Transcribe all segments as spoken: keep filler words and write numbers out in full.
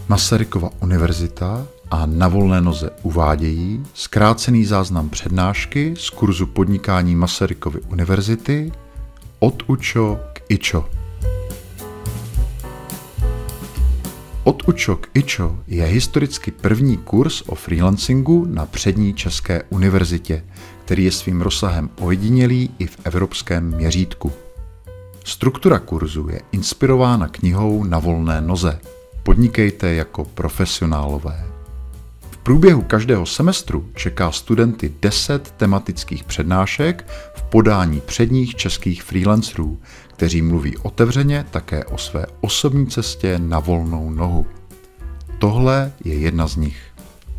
Masarykova univerzita a Na volné noze uvádějí zkrácený záznam přednášky z kurzu podnikání Masarykovy univerzity Od učo k ičo. Od učo k ičo je historicky první kurz o freelancingu na přední české univerzitě, který je svým rozsahem ojedinělý i v evropském měřítku. Struktura kurzu je inspirována knihou Na volné noze. Podnikejte jako profesionálové. V průběhu každého semestru čeká studenty deset tematických přednášek v podání předních českých freelancerů, kteří mluví otevřeně také o své osobní cestě na volnou nohu. Tohle je jedna z nich.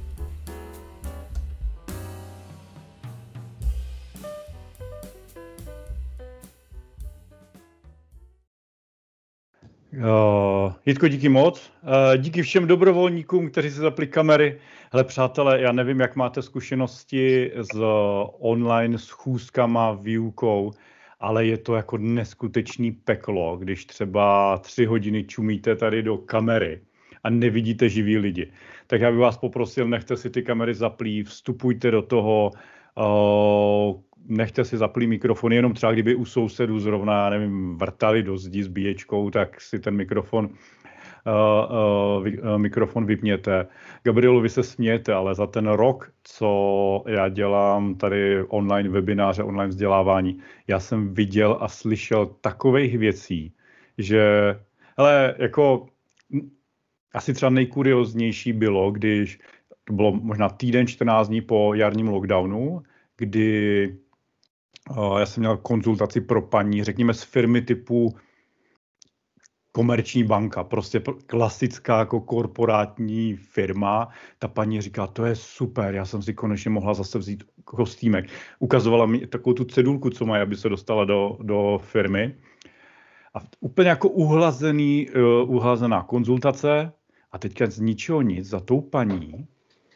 Uh, Jitko, díky moc. Uh, díky všem dobrovolníkům, kteří si zapli kamery. Hele, přátelé, já nevím, jak máte zkušenosti s uh, online schůzkama, výukou, ale je to jako neskutečný peklo, když třeba tři hodiny čumíte tady do kamery a nevidíte živý lidi. Tak já bych vás poprosil, nechte si ty kamery zaplý, vstupujte do toho, uh, nechte si zaplý mikrofon, jenom třeba kdyby u sousedů zrovna, já nevím, vrtali do zdi s bíječkou, tak si ten mikrofon, uh, uh, mikrofon vypněte. Gabrielu, vy se smějete, ale za ten rok, co já dělám tady online webináře, online vzdělávání, já jsem viděl a slyšel takových věcí, že, hele, jako asi třeba nejkurioznější bylo, když to bylo možná týden, čtrnáct dní po jarním lockdownu, kdy já jsem měl konzultaci pro paní, řekněme z firmy typu Komerční banka, prostě klasická jako korporátní firma. Ta paní říká, to je super, já jsem si konečně mohla zase vzít kostýmek. Ukazovala mi takovou tu cedulku, co mají, aby se dostala do, do firmy. A úplně jako uhlazený, uh, uhlazená konzultace a teďka z ničeho nic za tou paní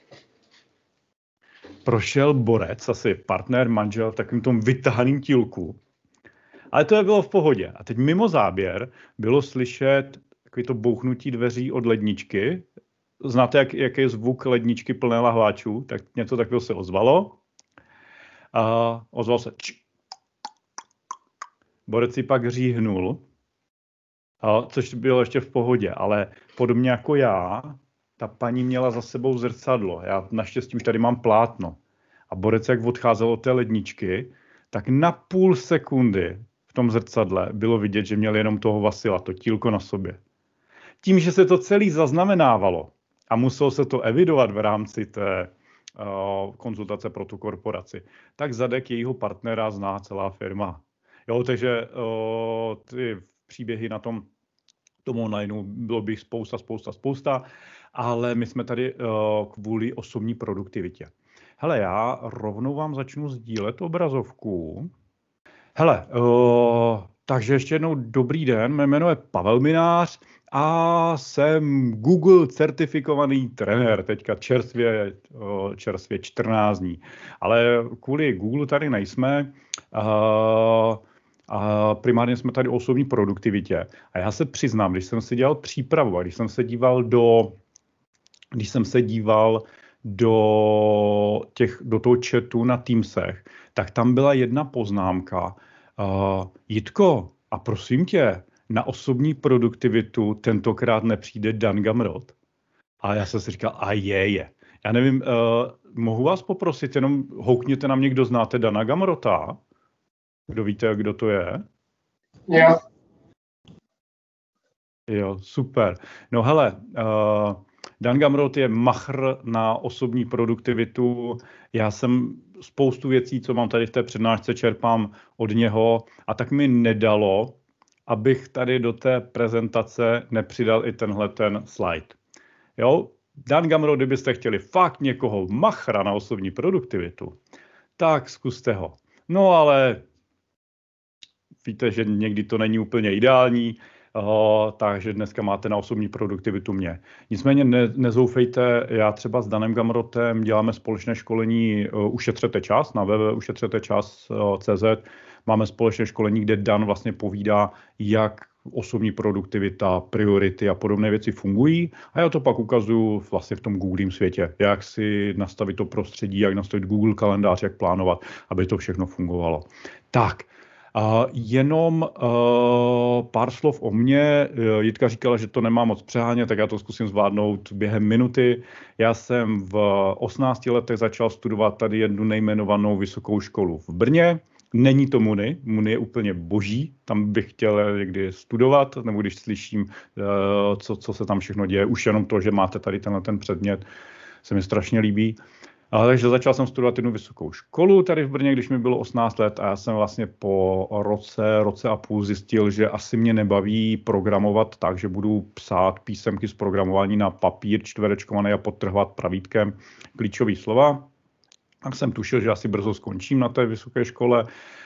prošel borec, asi partner, manžel v takovém tom vytahaném tílku. Ale to je bylo v pohodě. A teď mimo záběr bylo slyšet takové to bouchnutí dveří od ledničky. Znáte, jak, jaký je zvuk ledničky plné lahváčů? Tak něco takového se ozvalo. A ozval se. Borec si pak říhnul, a což bylo ještě v pohodě. Ale podobně jako já, ta paní měla za sebou zrcadlo. Já naštěstí už tady mám plátno. A borec, jak odcházel od té ledničky, tak na půl sekundy v tom zrcadle bylo vidět, že měl jenom toho Vasila, to tílko na sobě. Tím, že se to celý zaznamenávalo a muselo se to evidovat v rámci té uh, konzultace pro tu korporaci, tak zadek jejího partnera zná celá firma. Jo, takže uh, ty příběhy na tom tomu onlineu bylo by spousta, spousta, spousta, ale my jsme tady uh, kvůli osobní produktivitě. Hele, já rovnou vám začnu sdílet obrazovku. Hele, uh, takže ještě jednou dobrý den, mé jméno je Pavel Minář a jsem Google certifikovaný trenér, teďka čerstvě, uh, čerstvě čtrnáct dní. Ale kvůli Google tady nejsme, uh, a primárně jsme tady o osobní produktivitě. A já se přiznám, když jsem si dělal přípravu a když jsem se díval do, když jsem se díval do, těch, do toho chatu na Teamsech, tak tam byla jedna poznámka. Uh, Jitko, a prosím tě, na osobní produktivitu tentokrát nepřijde Dan Gamrot? A já jsem si říkal, a je, je. Já nevím, uh, mohu vás poprosit, jenom houkněte na mě, kdo znáte Dana Gamrota? Kdo víte, kdo to je? Jo. Jo, super. No hele, uh, Dan Gamrot je machr na osobní produktivitu. Já jsem spoustu věcí, co mám tady v té přednášce, čerpám od něho a tak mi nedalo, abych tady do té prezentace nepřidal i tenhle ten slide. Jo, Dan Gamrot, kdybyste chtěli fakt někoho machra na osobní produktivitu, tak zkuste ho. No ale víte, že někdy to není úplně ideální, uh, takže dneska máte na osobní produktivitu mě. Nicméně ne, nezoufejte, já třeba s Danem Gamrotem děláme společné školení uh, Ušetřete čas na w w w tečka ušetřete čas tečka c z. Máme společné školení, kde Dan vlastně povídá, jak osobní produktivita, priority a podobné věci fungují. A já to pak ukazuju vlastně v tom Googlím světě, jak si nastavit to prostředí, jak nastavit Google kalendář, jak plánovat, aby to všechno fungovalo. Tak, Uh, jenom uh, pár slov o mně. Jitka říkala, že to nemá moc přehánět, tak já to zkusím zvládnout během minuty. Já jsem v osmnácti letech začal studovat tady jednu nejmenovanou vysokou školu v Brně. Není to Muny, Muny je úplně boží, tam bych chtěl někdy studovat, nebo když slyším, uh, co, co se tam všechno děje, už jenom to, že máte tady tenhle ten předmět, se mi strašně líbí. A takže začal jsem studovat jednu vysokou školu tady v Brně, když mi bylo osmnáct let a já jsem vlastně po roce, roce a půl zjistil, že asi mě nebaví programovat tak, že budu psát písemky z programování na papír čtverečkovaný a podtrhovat pravítkem klíčový slova. Tak jsem tušil, že asi brzo skončím na té vysoké škole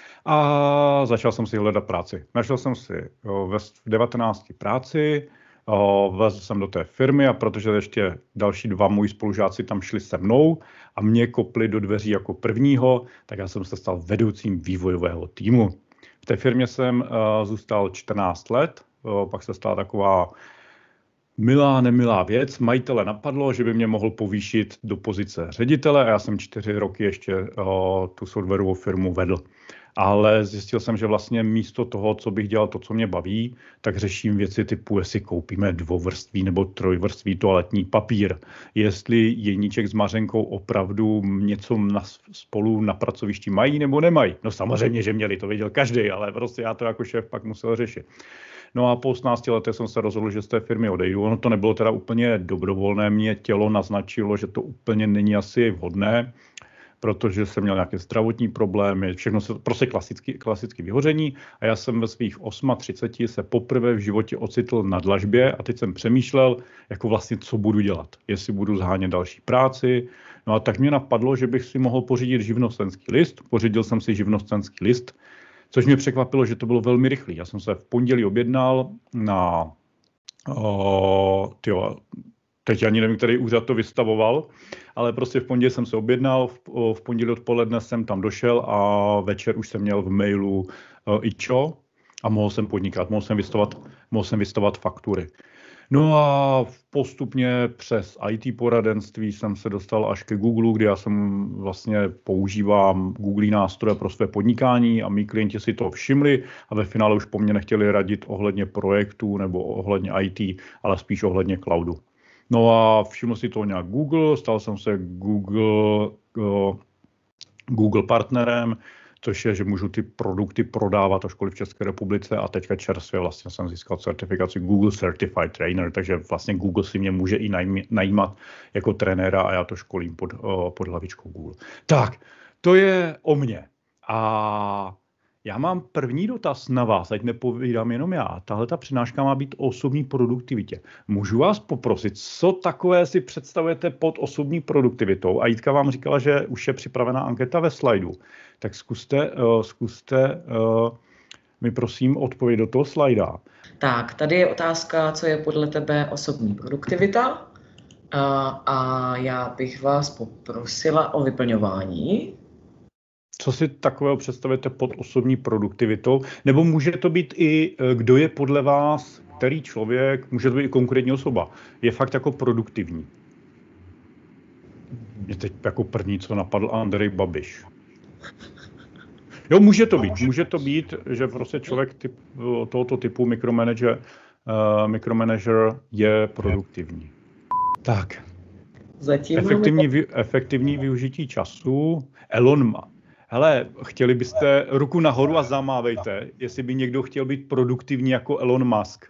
a začal jsem si hledat práci. Našel jsem si v devatenácti práci, vlezl jsem do té firmy a protože ještě další dva moji spolužáci tam šli se mnou a mě kopli do dveří jako prvního, tak já jsem se stal vedoucím vývojového týmu. V té firmě jsem uh, zůstal čtrnáct let, uh, pak se stala taková milá, nemilá věc. Majitele napadlo, že by mě mohl povýšit do pozice ředitele a já jsem čtyři roky ještě uh, tu softwarovou firmu vedl. Ale zjistil jsem, že vlastně místo toho, co bych dělal to, co mě baví, tak řeším věci typu, jestli koupíme dvouvrství nebo trojvrství toaletní papír, jestli Jeníček s Mařenkou opravdu něco na, spolu na pracovišti mají nebo nemají. No samozřejmě, že měli, to věděl každý, ale prostě já to jako šéf pak musel řešit. No a po osmnácti letech jsem se rozhodl, že z té firmy odejdu. Ono to nebylo teda úplně dobrovolné, mě tělo naznačilo, že to úplně není asi vhodné, protože jsem měl nějaké zdravotní problémy, všechno se prostě klasicky, klasicky vyhoření a já jsem ve svých třiceti osmi se poprvé v životě ocitl na dlažbě a teď jsem přemýšlel, jako vlastně co budu dělat, jestli budu zhánět další práci. No a tak mě napadlo, že bych si mohl pořídit živnostenský list, pořídil jsem si živnostenský list, což mě překvapilo, že to bylo velmi rychlý. Já jsem se v pondělí objednal na, o, tyjo, teď ani nevím, který úřad to vystavoval, ale prostě v pondělí jsem se objednal, v, v pondělí odpoledne jsem tam došel a večer už jsem měl v mailu uh, ičo a mohl jsem podnikat, mohl jsem vystavovat, mohl jsem vystavovat faktury. No a postupně přes í té poradenství jsem se dostal až ke Google, kde já jsem vlastně používám Google nástroje pro své podnikání a mý klienti si to všimli a ve finále už po mně nechtěli radit ohledně projektů nebo ohledně í té, ale spíš ohledně cloudu. No a všiml si to nějak Google, stal jsem se Google, uh, Google partnerem, což je, že můžu ty produkty prodávat ažkoliv v České republice a teďka čerstvě vlastně jsem získal certifikaci Google Certified Trainer, takže vlastně Google si mě může i najímat jako trenéra a já to školím pod, uh, pod hlavičkou Google. Tak, to je o mně. A já mám první dotaz na vás, ať nepovídám jenom já. Tahle ta přednáška má být o osobní produktivitě. Můžu vás poprosit, co takové si představujete pod osobní produktivitou? A Jitka vám říkala, že už je připravená anketa ve slajdu. Tak zkuste, uh, zkuste uh, mi prosím odpovědět do toho slajda. Tak, tady je otázka, co je podle tebe osobní produktivita. A, a já bych vás poprosila o vyplňování. Co si takového představujete pod osobní produktivitou? Nebo může to být i, kdo je podle vás, který člověk, může to být i konkrétní osoba, je fakt jako produktivní? Mě teď jako první, co napadl Andrej Babiš. Jo, může to být. Může to být, že prostě člověk typ, tohoto typu mikromanager, uh, mikromanager je produktivní. Tak. Zatím efektivní, vy, efektivní využití času. Elon Musk. Hele, chtěli byste ruku nahoru a zamávejte, jestli by někdo chtěl být produktivní jako Elon Musk.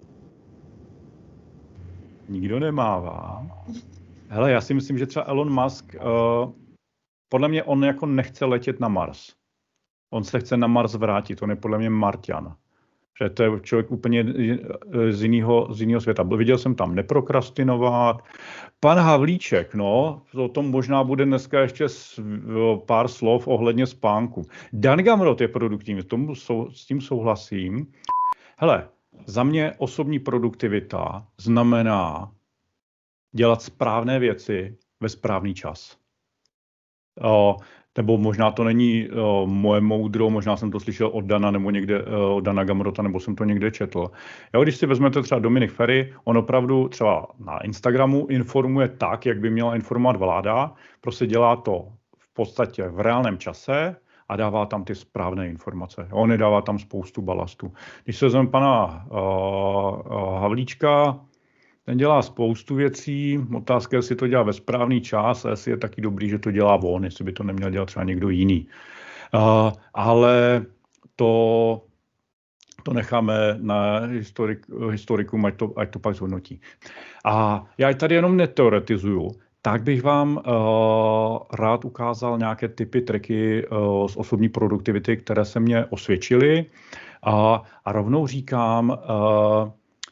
Nikdo nemává. Hele, já si myslím, že třeba Elon Musk, uh, podle mě on jako nechce letět na Mars. On se chce na Mars vrátit, on je podle mě Marťan. Že to je člověk úplně z jiného, z jiného světa. Viděl jsem tam neprokrastinovat. Pan Havlíček, no, o tom možná bude dneska ještě pár slov ohledně spánku. Dan Gamrot je produktivní, tomu sou, s tím souhlasím. Hele, za mě osobní produktivita znamená dělat správné věci ve správný čas. O, nebo možná to není uh, moje moudro, možná jsem to slyšel od Dana nebo někde uh, od Dana Gamrota, nebo jsem to někde četl. Jo, když si vezmete třeba Dominik Ferry, on opravdu třeba na Instagramu informuje tak, jak by měla informovat vláda, prostě dělá to v podstatě v reálném čase a dává tam ty správné informace. On nedává tam spoustu balastu. Když se vezmeme pana uh, uh, Havlíčka, ten dělá spoustu věcí, otázka je, jestli to dělá ve správný čas a jestli je taky dobrý, že to dělá on, jestli by to neměl dělat třeba někdo jiný. Uh, ale to, to necháme na historik, historikům, ať to, ať to pak zhodnotí. A já tady jenom neteoretizuju, tak bych vám uh, rád ukázal nějaké typy, triky uh, z osobní produktivity, které se mě osvědčily. Uh, a rovnou říkám, uh,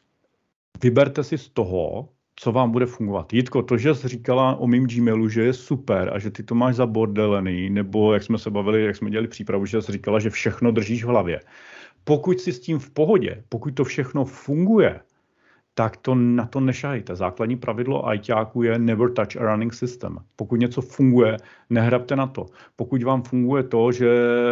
vyberte si z toho, co vám bude fungovat. Jitko, to, že jsi říkala o mým Gmailu, že je super a že ty to máš zabordelený, nebo jak jsme se bavili, jak jsme dělali přípravu, že jsi říkala, že všechno držíš v hlavě. Pokud jsi s tím v pohodě, pokud to všechno funguje, tak to na to nešahejte. Základní pravidlo ajťáků je never touch a running system. Pokud něco funguje, nehrabte na to. Pokud vám funguje to, že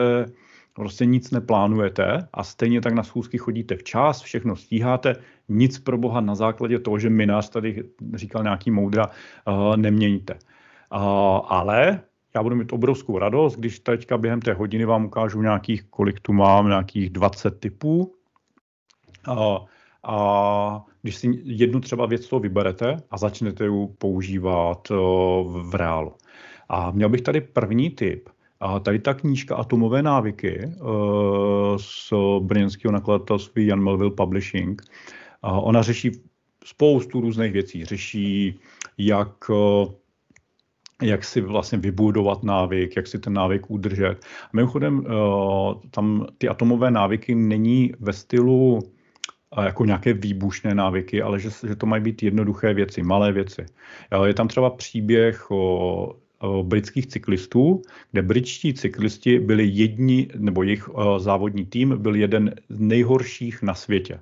prostě nic neplánujete a stejně tak na schůzky chodíte včas, všechno stíháte, nic pro boha na základě toho, že Minář tady říkal nějaký moudra, uh, neměníte. Uh, ale já budu mít obrovskou radost, když teďka během té hodiny vám ukážu nějakých, kolik tu mám, nějakých dvacet typů. Uh, a když si jednu třeba věc toho vyberete a začnete ji používat uh, v reálu. A měl bych tady první tip. A tady ta knížka Atomové návyky uh, z brněnského nakladatelství Jan Melville Publishing, uh, ona řeší spoustu různých věcí. Řeší, jak, uh, jak si vlastně vybudovat návyk, jak si ten návyk udržet. A mimochodem, uh, tam ty atomové návyky není ve stylu uh, jako nějaké výbušné návyky, ale že, že to mají být jednoduché věci, malé věci. Uh, je tam třeba příběh o britských cyklistů, kde britští cyklisti byli jedni, nebo jejich závodní tým byl jeden z nejhorších na světě.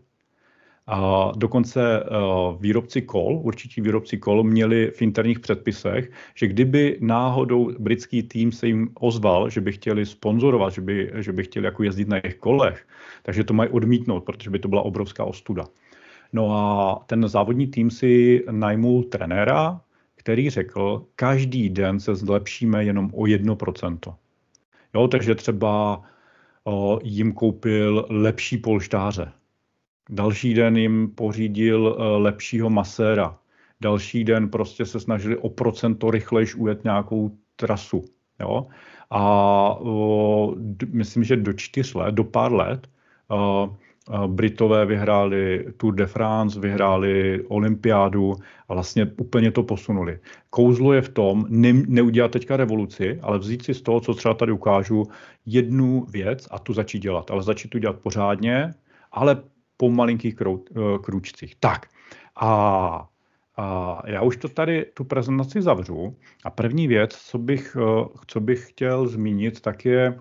A dokonce výrobci kol, určití výrobci kol, měli v interních předpisech, že kdyby náhodou britský tým se jim ozval, že by chtěli sponzorovat, že by, že by chtěli jako jezdit na jejich kolech, takže to mají odmítnout, protože by to byla obrovská ostuda. No a ten závodní tým si najmul trenéra, který řekl, každý den se zlepšíme jenom o jedno procento. Jo, takže třeba o, jim koupil lepší polštáře. Další den jim pořídil o, lepšího maséra. Další den prostě se snažili o procento rychlejš ujet nějakou trasu. Jo? A o, d- myslím, že do čtyř let, do pár let, o, Britové vyhráli Tour de France, vyhráli olympiádu a vlastně úplně to posunuli. Kouzlo je v tom, ne, neudělat teďka revoluci, ale vzít si z toho, co třeba tady ukážu, jednu věc a tu začít dělat. Ale začít tu dělat pořádně, ale po malinkých krou, krůčcích. Tak a, a já už to tady, tu prezentaci zavřu. A první věc, co bych, co bych chtěl zmínit, tak je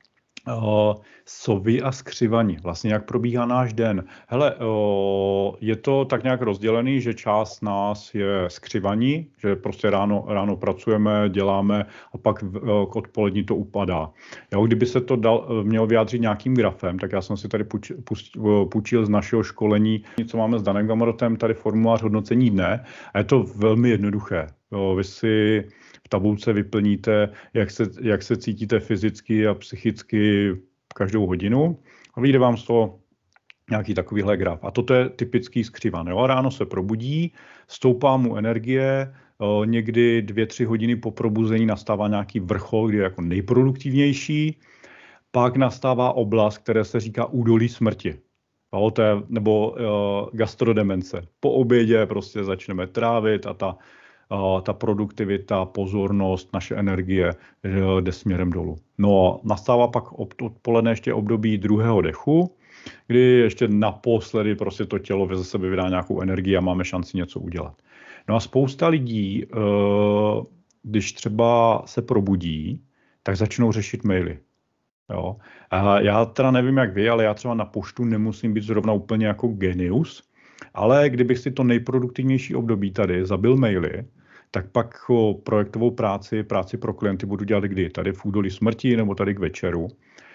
Uh, sovy a skřivani. Vlastně jak probíhá náš den. Hele, uh, je to tak nějak rozdělený, že část nás je skřivaní, že prostě ráno, ráno pracujeme, děláme a pak uh, k odpolední to upadá. Jo, kdyby se to dal, mělo vyjádřit nějakým grafem, tak já jsem si tady puč, puč, půjčil z našeho školení, co máme s Danem Gamrotem, tady formulář hodnocení dne a je to velmi jednoduché. Jo, vy si v tabulce vyplníte, jak se, jak se cítíte fyzicky a psychicky každou hodinu a vyjde vám z toho nějaký takovýhle graf. A toto je typický skřivan. Jo? Ráno se probudí, stoupá mu energie, o, někdy dvě, tři hodiny po probuzení nastává nějaký vrchol, kdy je jako nejproduktivnější, pak nastává oblast, které se říká údolí smrti. Jo? To je, nebo o, gastrodemence. Po obědě prostě začneme trávit a ta ta produktivita, pozornost, naše energie jde směrem dolů. No nastává pak odpoledne ještě období druhého dechu, kdy ještě naposledy prostě to tělo ze sebe vydá nějakou energii a máme šanci něco udělat. No a spousta lidí, když třeba se probudí, tak začnou řešit maily. Jo. A já teda nevím jak vy, ale já třeba na poštu nemusím být zrovna úplně jako genius, ale kdybych si to nejproduktivnější období tady zabil maily, tak pak o, projektovou práci, práci pro klienty budu dělat kdy? Tady v údolí smrti nebo tady k večeru.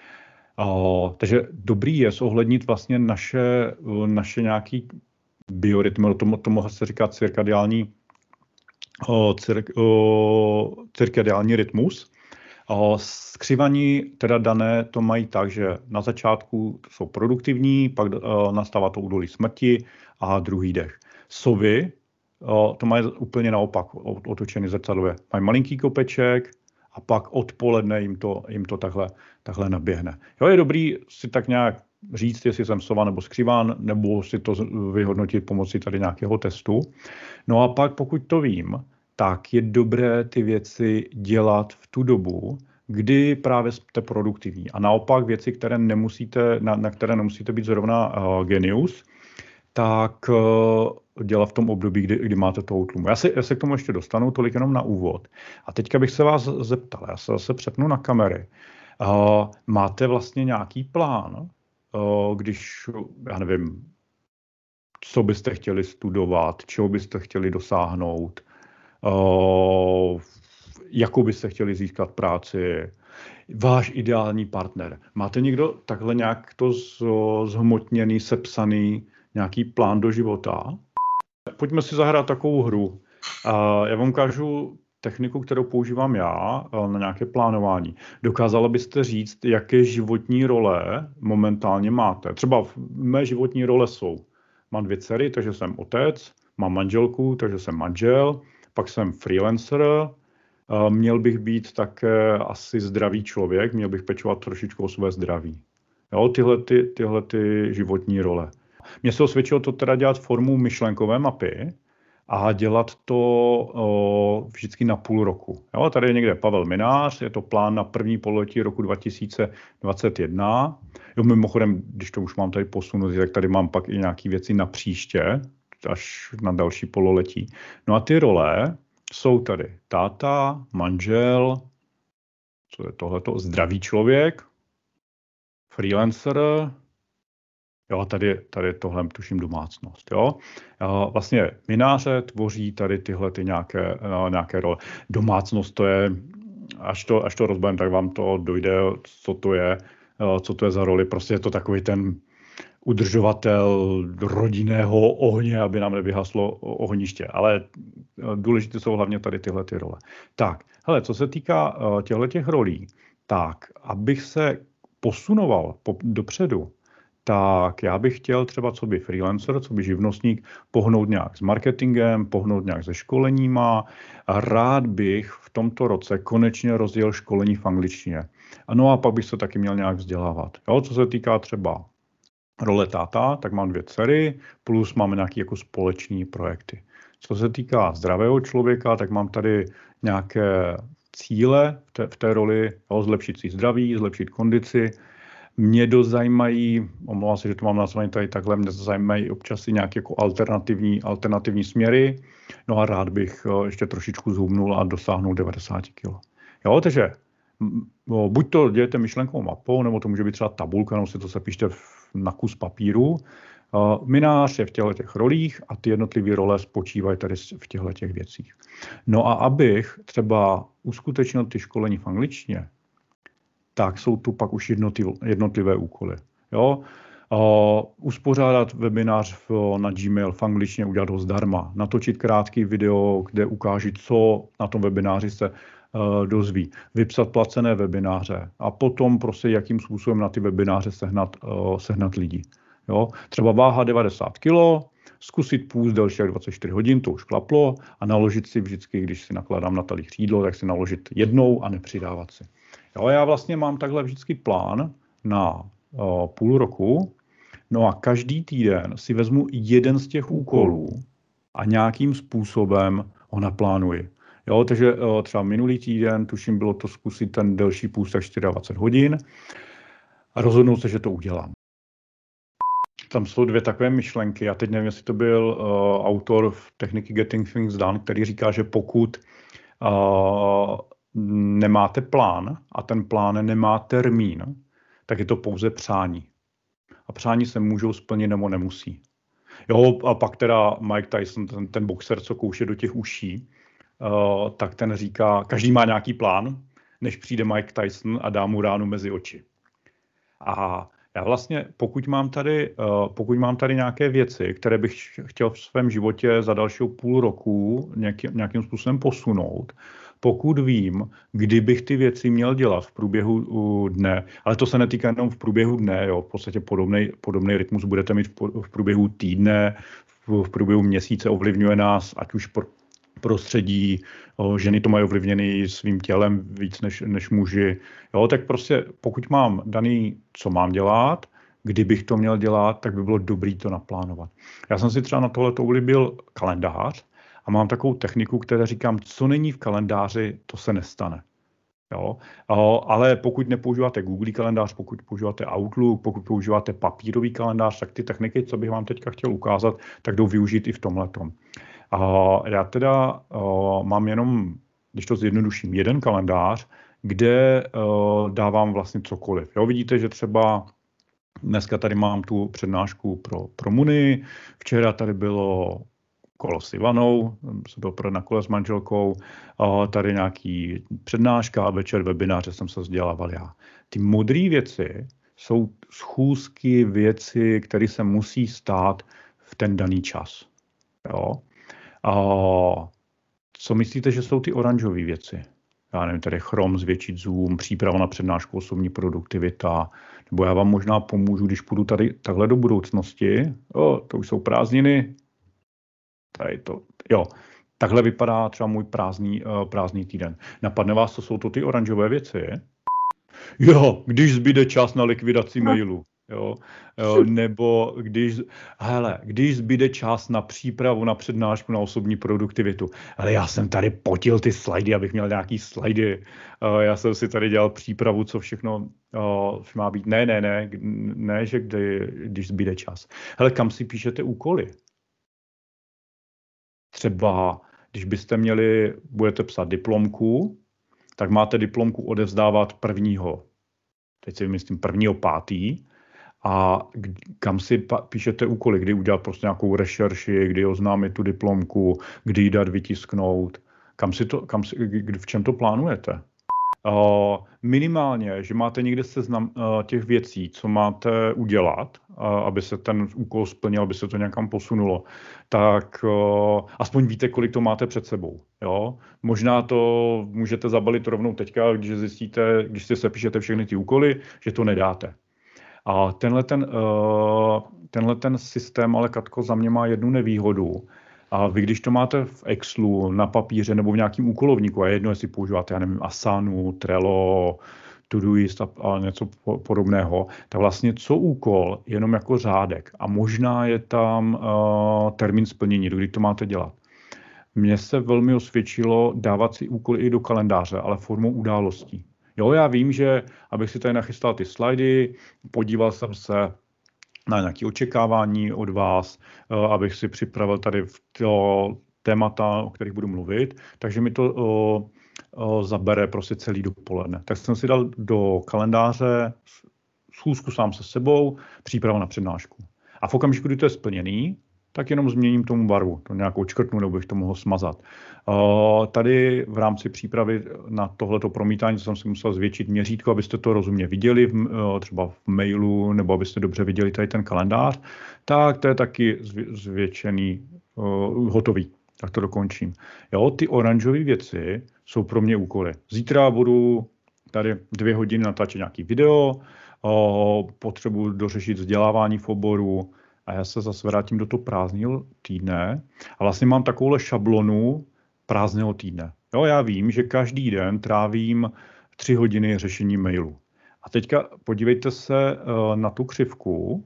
O, takže dobrý je zohlednit vlastně naše, naše nějaký biorytmy, tomu, tomu se říká cirkadiální, o, cir, o, cirkadiální rytmus. Skřivaní teda dané to mají tak, že na začátku jsou produktivní, pak nastává to údolí smrti a druhý dech. Sovy to mají úplně naopak, otočený zrcadlově. Mají malinký kopeček a pak odpoledne jim to, jim to takhle, takhle naběhne. Jo, je dobrý si tak nějak říct, jestli jsem sova nebo skřiván, nebo si to vyhodnotit pomocí tady nějakého testu. No a pak, pokud to vím, tak je dobré ty věci dělat v tu dobu, kdy právě jste produktivní. A naopak věci, které nemusíte, na, na které nemusíte být zrovna uh, genius, tak uh, dělat v tom období, kdy, kdy máte toho útlumu. Já se, já se k tomu ještě dostanu, tolik jenom na úvod. A teďka bych se vás zeptal, já se zase přepnu na kamery. Uh, máte vlastně nějaký plán, uh, když, já nevím, co byste chtěli studovat, čeho byste chtěli dosáhnout, Uh, jakou byste chtěli získat práci, váš ideální partner. Máte někdo takhle nějak to zhmotněný, sepsaný, nějaký plán do života? Pojďme si zahrát takovou hru. Uh, já vám ukážu techniku, kterou používám já uh, na nějaké plánování. Dokázala byste říct, jaké životní role momentálně máte? Třeba v mé životní role jsou. Mám dvě dcery, takže jsem otec, mám manželku, takže jsem manžel, pak jsem freelancer, měl bych být také asi zdravý člověk, měl bych pečovat trošičku o své zdraví. Jo, tyhle, ty, tyhle ty životní role. Mně se osvědčilo to teda dělat formou myšlenkové mapy a dělat to o, vždycky na půl roku. Jo, tady je někde Pavel Minář, je to plán na první pololetí roku dva tisíce dvacet jedna. Jo, mimochodem, když to už mám tady posunout, tak tady mám pak i nějaké věci na příště, až na další pololetí. No a ty role jsou tady táta, manžel, co je tohleto, zdravý člověk, freelancer, jo, tady, tady tohle tuším domácnost, jo. Vlastně mináře tvoří tady tyhle ty nějaké, nějaké role. Domácnost to je, až to, až to rozbavím, tak vám to dojde, co to je, co to je za roli, prostě je to takový ten udržovatel rodinného ohně, aby nám nevyhaslo ohniště. Ale důležité jsou hlavně tady tyhle ty role. Tak, hele, co se týká těchto těch rolí, tak, abych se posunoval po, dopředu, tak já bych chtěl třeba co by freelancer, co by živnostník, pohnout nějak s marketingem, pohnout nějak se školeníma. A rád bych v tomto roce konečně rozjel školení v angličtině. No a pak bych se taky měl nějak vzdělávat. Jo, co se týká třeba role táta, tak mám dvě dcery, plus máme nějaké jako společné projekty. Co se týká zdravého člověka, tak mám tady nějaké cíle v té, v té roli, jo, zlepšit si zdraví, zlepšit kondici. Mě dost zajímají, omlouvám se, že to mám nazvané tady takhle, mě zajímají občas i nějaké jako alternativní, alternativní směry. No a rád bych ještě trošičku zhubnul a dosáhnul devadesát kilo. Jo, takže no, buď to dějete myšlenkovou mapou, nebo to může být třeba tabulka, nebo si to zapíšte na kus papíru. Uh, minář je v těchto těch rolích a ty jednotlivé role spočívají tady v těchto těch věcích. No a abych třeba uskutečnil ty školení v angličtině, tak jsou tu pak už jednotlivé, jednotlivé úkoly. Jo? Uh, uspořádat webinář v, na Gmail v angličtině, udělat ho zdarma, natočit krátký video, kde ukáží, co na tom webináři se uh, dozví, vypsat placené webináře a potom prostě jakým způsobem na ty webináře sehnat, uh, sehnat lidi. Jo? Třeba váha devadesát kilo, zkusit půst delší jak dvacet čtyři hodin, to už klaplo, a naložit si vždycky, když si nakládám na talíř jídlo, tak si naložit jednou a nepřidávat si. Jo, já vlastně mám takhle vždycky plán na uh, půl roku, no a každý týden si vezmu jeden z těch úkolů a nějakým způsobem ho naplánuji. Jo, takže uh, třeba minulý týden, tuším, bylo to zkusit ten delší půst tak dvacet čtyři hodin a rozhodnout se, že to udělám. Tam jsou dvě takové myšlenky. Já teď nevím, jestli to byl uh, autor v techniky Getting Things Done, který říká, že pokud uh, nemáte plán a ten plán nemá termín, tak je to pouze přání. A přání se můžou splnit nebo nemusí. Jo, a pak teda Mike Tyson, ten, ten boxer, co kouše do těch uší, uh, tak ten říká, každý má nějaký plán, než přijde Mike Tyson a dá mu ránu mezi oči. A já vlastně, pokud mám tady, uh, pokud mám tady nějaké věci, které bych chtěl v svém životě za dalšího půl roku nějaký, nějakým způsobem posunout, pokud vím, kdy bych ty věci měl dělat v průběhu dne, ale to se netýká jenom v průběhu dne, jo, v podstatě podobný, podobný rytmus budete mít v, v průběhu týdne, v, v průběhu měsíce, ovlivňuje nás, ať už pro, prostředí, o, ženy to mají ovlivněný svým tělem víc než, než muži, jo, tak prostě pokud mám daný, co mám dělat, kdybych to měl dělat, tak by bylo dobrý to naplánovat. Já jsem si třeba na tohle oblíbil kalendář, a mám takovou techniku, která říkám, co není v kalendáři, to se nestane. Jo? Ale pokud nepoužíváte Google kalendář, pokud používáte Outlook, pokud používáte papírový kalendář, tak ty techniky, co bych vám teďka chtěl ukázat, tak jdou využít i v tomhletom. Já teda mám jenom, když to zjednoduším, jeden kalendář, kde dávám vlastně cokoliv. Jo? Vidíte, že třeba dneska tady mám tu přednášku pro, pro Muni, včera tady bylo kolo s Ivanou, jsem byl na kole s manželkou, a tady nějaký přednáška a večer webináře jsem se vzdělával já. Ty modré věci jsou schůzky, věci, které se musí stát v ten daný čas. Jo? A co myslíte, že jsou ty oranžové věci? Já nevím, tady chrom, zvětšit zoom, příprava na přednášku, osobní produktivita, nebo já vám možná pomůžu, když půjdu tady takhle do budoucnosti. Jo, to už jsou prázdniny. Tady to, jo, takhle vypadá třeba můj prázdný, uh, prázdný týden. Napadne vás, co jsou to ty oranžové věci? Jo, když zbyde čas na likvidaci mailu. Jo, jo, nebo když, hele, když zbyde čas na přípravu na přednášku na osobní produktivitu. Ale já jsem tady potil ty slajdy, abych měl nějaký slajdy. Uh, já jsem si tady dělal přípravu, co všechno uh, má být. Ne, ne, ne, ne, že kdy, když zbyde čas. Hele, kam si píšete úkoly? Třeba, když byste měli, budete psat diplomku, tak máte diplomku odevzdávat prvního, teď si vymyslím, prvního pátý, a kam si píšete úkoly, kdy udělat prostě nějakou rešerši, kdy oznámit tu diplomku, kdy ji dát vytisknout, kam si to, kam si, v čem to plánujete? Uh, minimálně, že máte někde seznam uh, těch věcí, co máte udělat, uh, aby se ten úkol splnil, aby se to někam posunulo, tak uh, aspoň víte, kolik to máte před sebou. Jo? Možná to můžete zabalit rovnou teďka, když zjistíte, když si sepíšete všechny ty úkoly, že to nedáte. A tenhle ten, uh, tenhle ten systém, ale Katko, za mě má jednu nevýhodu. A vy, když to máte v Excelu, na papíře nebo v nějakém úkolovníku, a jedno, jestli používáte, já nevím, Asanu, Trello, Todoist a, a něco po, podobného, tak vlastně co úkol, jenom jako řádek. A možná je tam uh, termín splnění, kdy to máte dělat. Mně se velmi osvědčilo dávat si úkoly i do kalendáře, ale formou událostí. Jo, já vím, že abych si tady nachystal ty slajdy, podíval jsem se na nějaké očekávání od vás, abych si připravil tady to témata, o kterých budu mluvit, takže mi to o, o, zabere prostě celý dopoledne. Tak jsem si dal do kalendáře schůzku sám se sebou, příprava na přednášku. A v okamžiku, kdy to je splněný, tak jenom změním tomu barvu, to nějakou čkrtnu, nebo bych to mohl smazat. Uh, tady v rámci přípravy na tohleto promítání jsem si musel zvětšit měřítko, abyste to rozumně viděli, v, uh, třeba v mailu, nebo abyste dobře viděli tady ten kalendář. Tak to je taky zvětšený, uh, hotový. Tak to dokončím. Jo, ty oranžové věci jsou pro mě úkoly. Zítra budu tady dvě hodiny natáčet nějaký video, uh, potřebuji dořešit vzdělávání v oboru, a já se zase vrátím do toho prázdného týdne a vlastně mám takovouhle šablonu prázdného týdne. Jo, já vím, že každý den trávím tři hodiny řešení mailu. A teďka podívejte se uh, na tu křivku.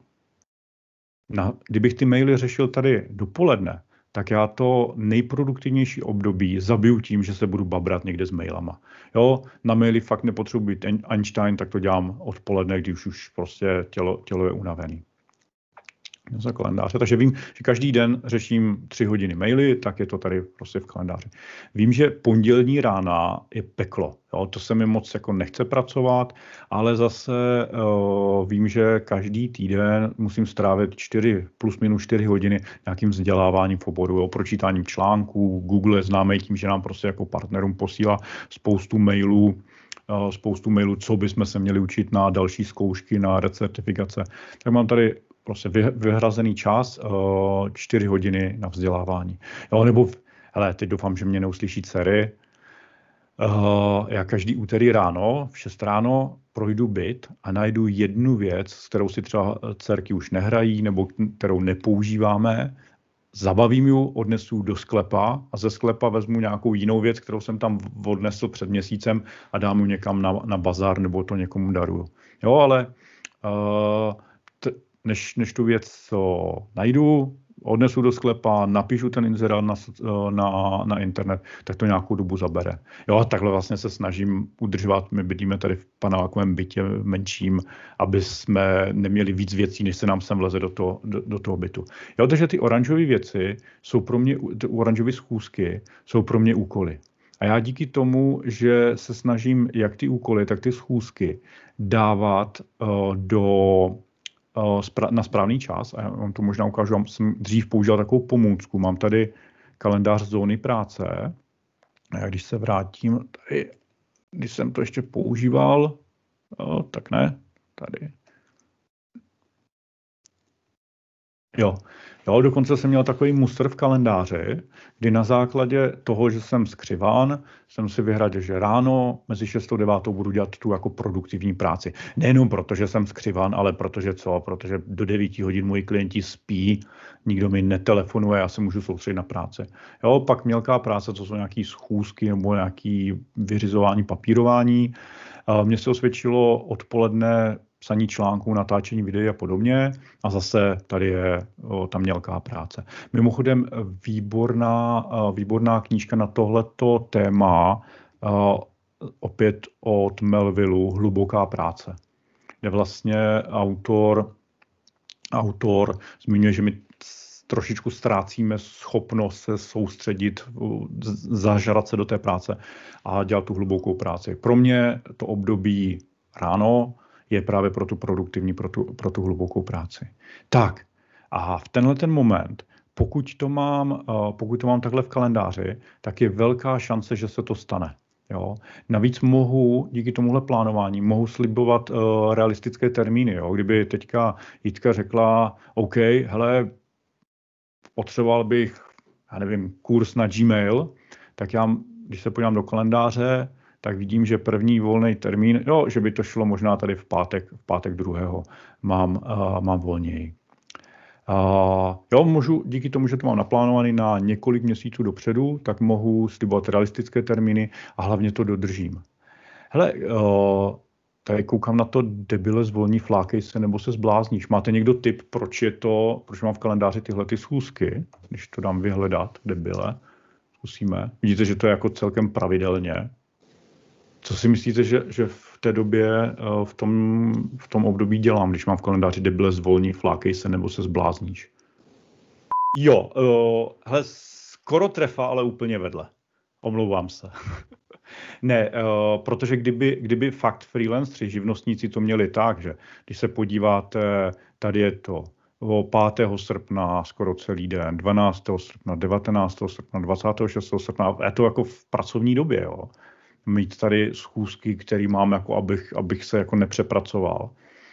Na, kdybych ty maily řešil tady dopoledne, tak já to nejproduktivnější období zabiju tím, že se budu babrat někde s mailama. Jo, na maily fakt nepotřebuji být Einstein, tak to dělám odpoledne, když už prostě tělo, tělo je unavený. za kalendáře. Takže vím, že každý den řeším tři hodiny maily, tak je to tady prostě v kalendáři. Vím, že pondělní rána je peklo. Jo, to se mi moc jako nechce pracovat, ale zase uh, vím, že každý týden musím strávit čtyři plus minus čtyři hodiny nějakým vzděláváním v oboru, jo, pročítáním článků. Google je známý tím, že nám prostě jako partnerům posílá spoustu mailů, uh, spoustu mailů, co bychom se měli učit na další zkoušky, na recertifikace. Tak mám tady prostě vyhrazený čas, čtyři hodiny na vzdělávání. Jo, nebo, hele, teď doufám, že mě neuslyší dcery. Já každý úterý ráno, v šest ráno, projdu byt a najdu jednu věc, s kterou si třeba dcerky už nehrají, nebo kterou nepoužíváme, zabavím ji, odnesu do sklepa a ze sklepa vezmu nějakou jinou věc, kterou jsem tam odnesl před měsícem a dám ji někam na, na bazár, nebo to někomu daruju. Jo, ale uh, t- Než, než tu věc co najdu, odnesu do sklepa, napíšu ten inzerát na, na, na internet, tak to nějakou dobu zabere. Jo, a takhle vlastně se snažím udržovat. My bydlíme tady v panelákovém bytě menším, aby jsme neměli víc věcí, než se nám sem vleze do toho, do, do toho bytu. Jo, takže ty oranžové věci jsou pro mě, ty oranžové schůzky jsou pro mě úkoly. A já díky tomu, že se snažím jak ty úkoly, tak ty schůzky dávat uh, do na správný čas, a já vám to možná ukážu, já jsem dřív používal takovou pomůcku, mám tady kalendář zóny práce, a já když se vrátím, tady, když jsem to ještě používal, jo, tak ne, tady. Jo. jo, dokonce jsem měl takový muster v kalendáři, kdy na základě toho, že jsem skřiván, jsem si vyhradil, že ráno mezi šestou a devátou budu dělat tu jako produktivní práci. Nejenom proto, že jsem skřiván, ale protože co? Protože do devíti hodin moji klienti spí, nikdo mi netelefonuje, já se můžu soustředit na práci. Jo, pak mělká práce, co jsou nějaký schůzky nebo nějaký vyřizování, papírování. Mně se osvědčilo odpoledne psaní článků, natáčení videí a podobně. A zase tady je o, ta mělká práce. Mimochodem výborná, výborná knížka na tohleto téma, o, opět od Melvillu, Hluboká práce, kde vlastně autor, autor zmiňuje, že my trošičku ztrácíme schopnost se soustředit, zažrat se do té práce a dělat tu hlubokou práci. Pro mě to období ráno je právě pro tu produktivní, pro tu, pro tu hlubokou práci. Tak a v tenhle ten moment, pokud to mám, pokud to mám takhle v kalendáři, tak je velká šance, že se to stane. Jo. Navíc mohu, díky tomuhle plánování, mohu slibovat uh, realistické termíny. Jo. Kdyby teďka Jitka řekla, OK, hele, potřeboval bych, já nevím, kurz na Gmail, tak já, když se podívám do kalendáře, tak vidím, že první volný termín, jo, že by to šlo možná tady v pátek, v pátek druhého mám, uh, mám volněji. Uh, jo, můžu, díky tomu, že to mám naplánovaný na několik měsíců dopředu, tak mohu slibovat realistické termíny a hlavně to dodržím. Hele, uh, tady koukám na to, debile, zvolní, flákej se nebo se zblázníš. Máte někdo tip, proč je to, proč mám v kalendáři tyhle ty schůzky, když to dám vyhledat, debile, zkusíme. Vidíte, že to je jako celkem pravidelně. Co si myslíte, že, že v té době, v tom, v tom období dělám, když mám v kalendáři debile, zvolní, flákej se nebo se zblázníš? Jo, uh, hele, skoro trefa, ale úplně vedle. Omlouvám se. Ne, uh, protože kdyby, kdyby fakt freelanceri, živnostníci to měli tak, že když se podíváte, tady je to o pátého srpna skoro celý den, dvanáctého srpna, devatenáctého srpna, dvacátého šestého srpna, je to jako v pracovní době, jo. Mít tady schůzky, které mám, jako abych, abych se jako nepřepracoval.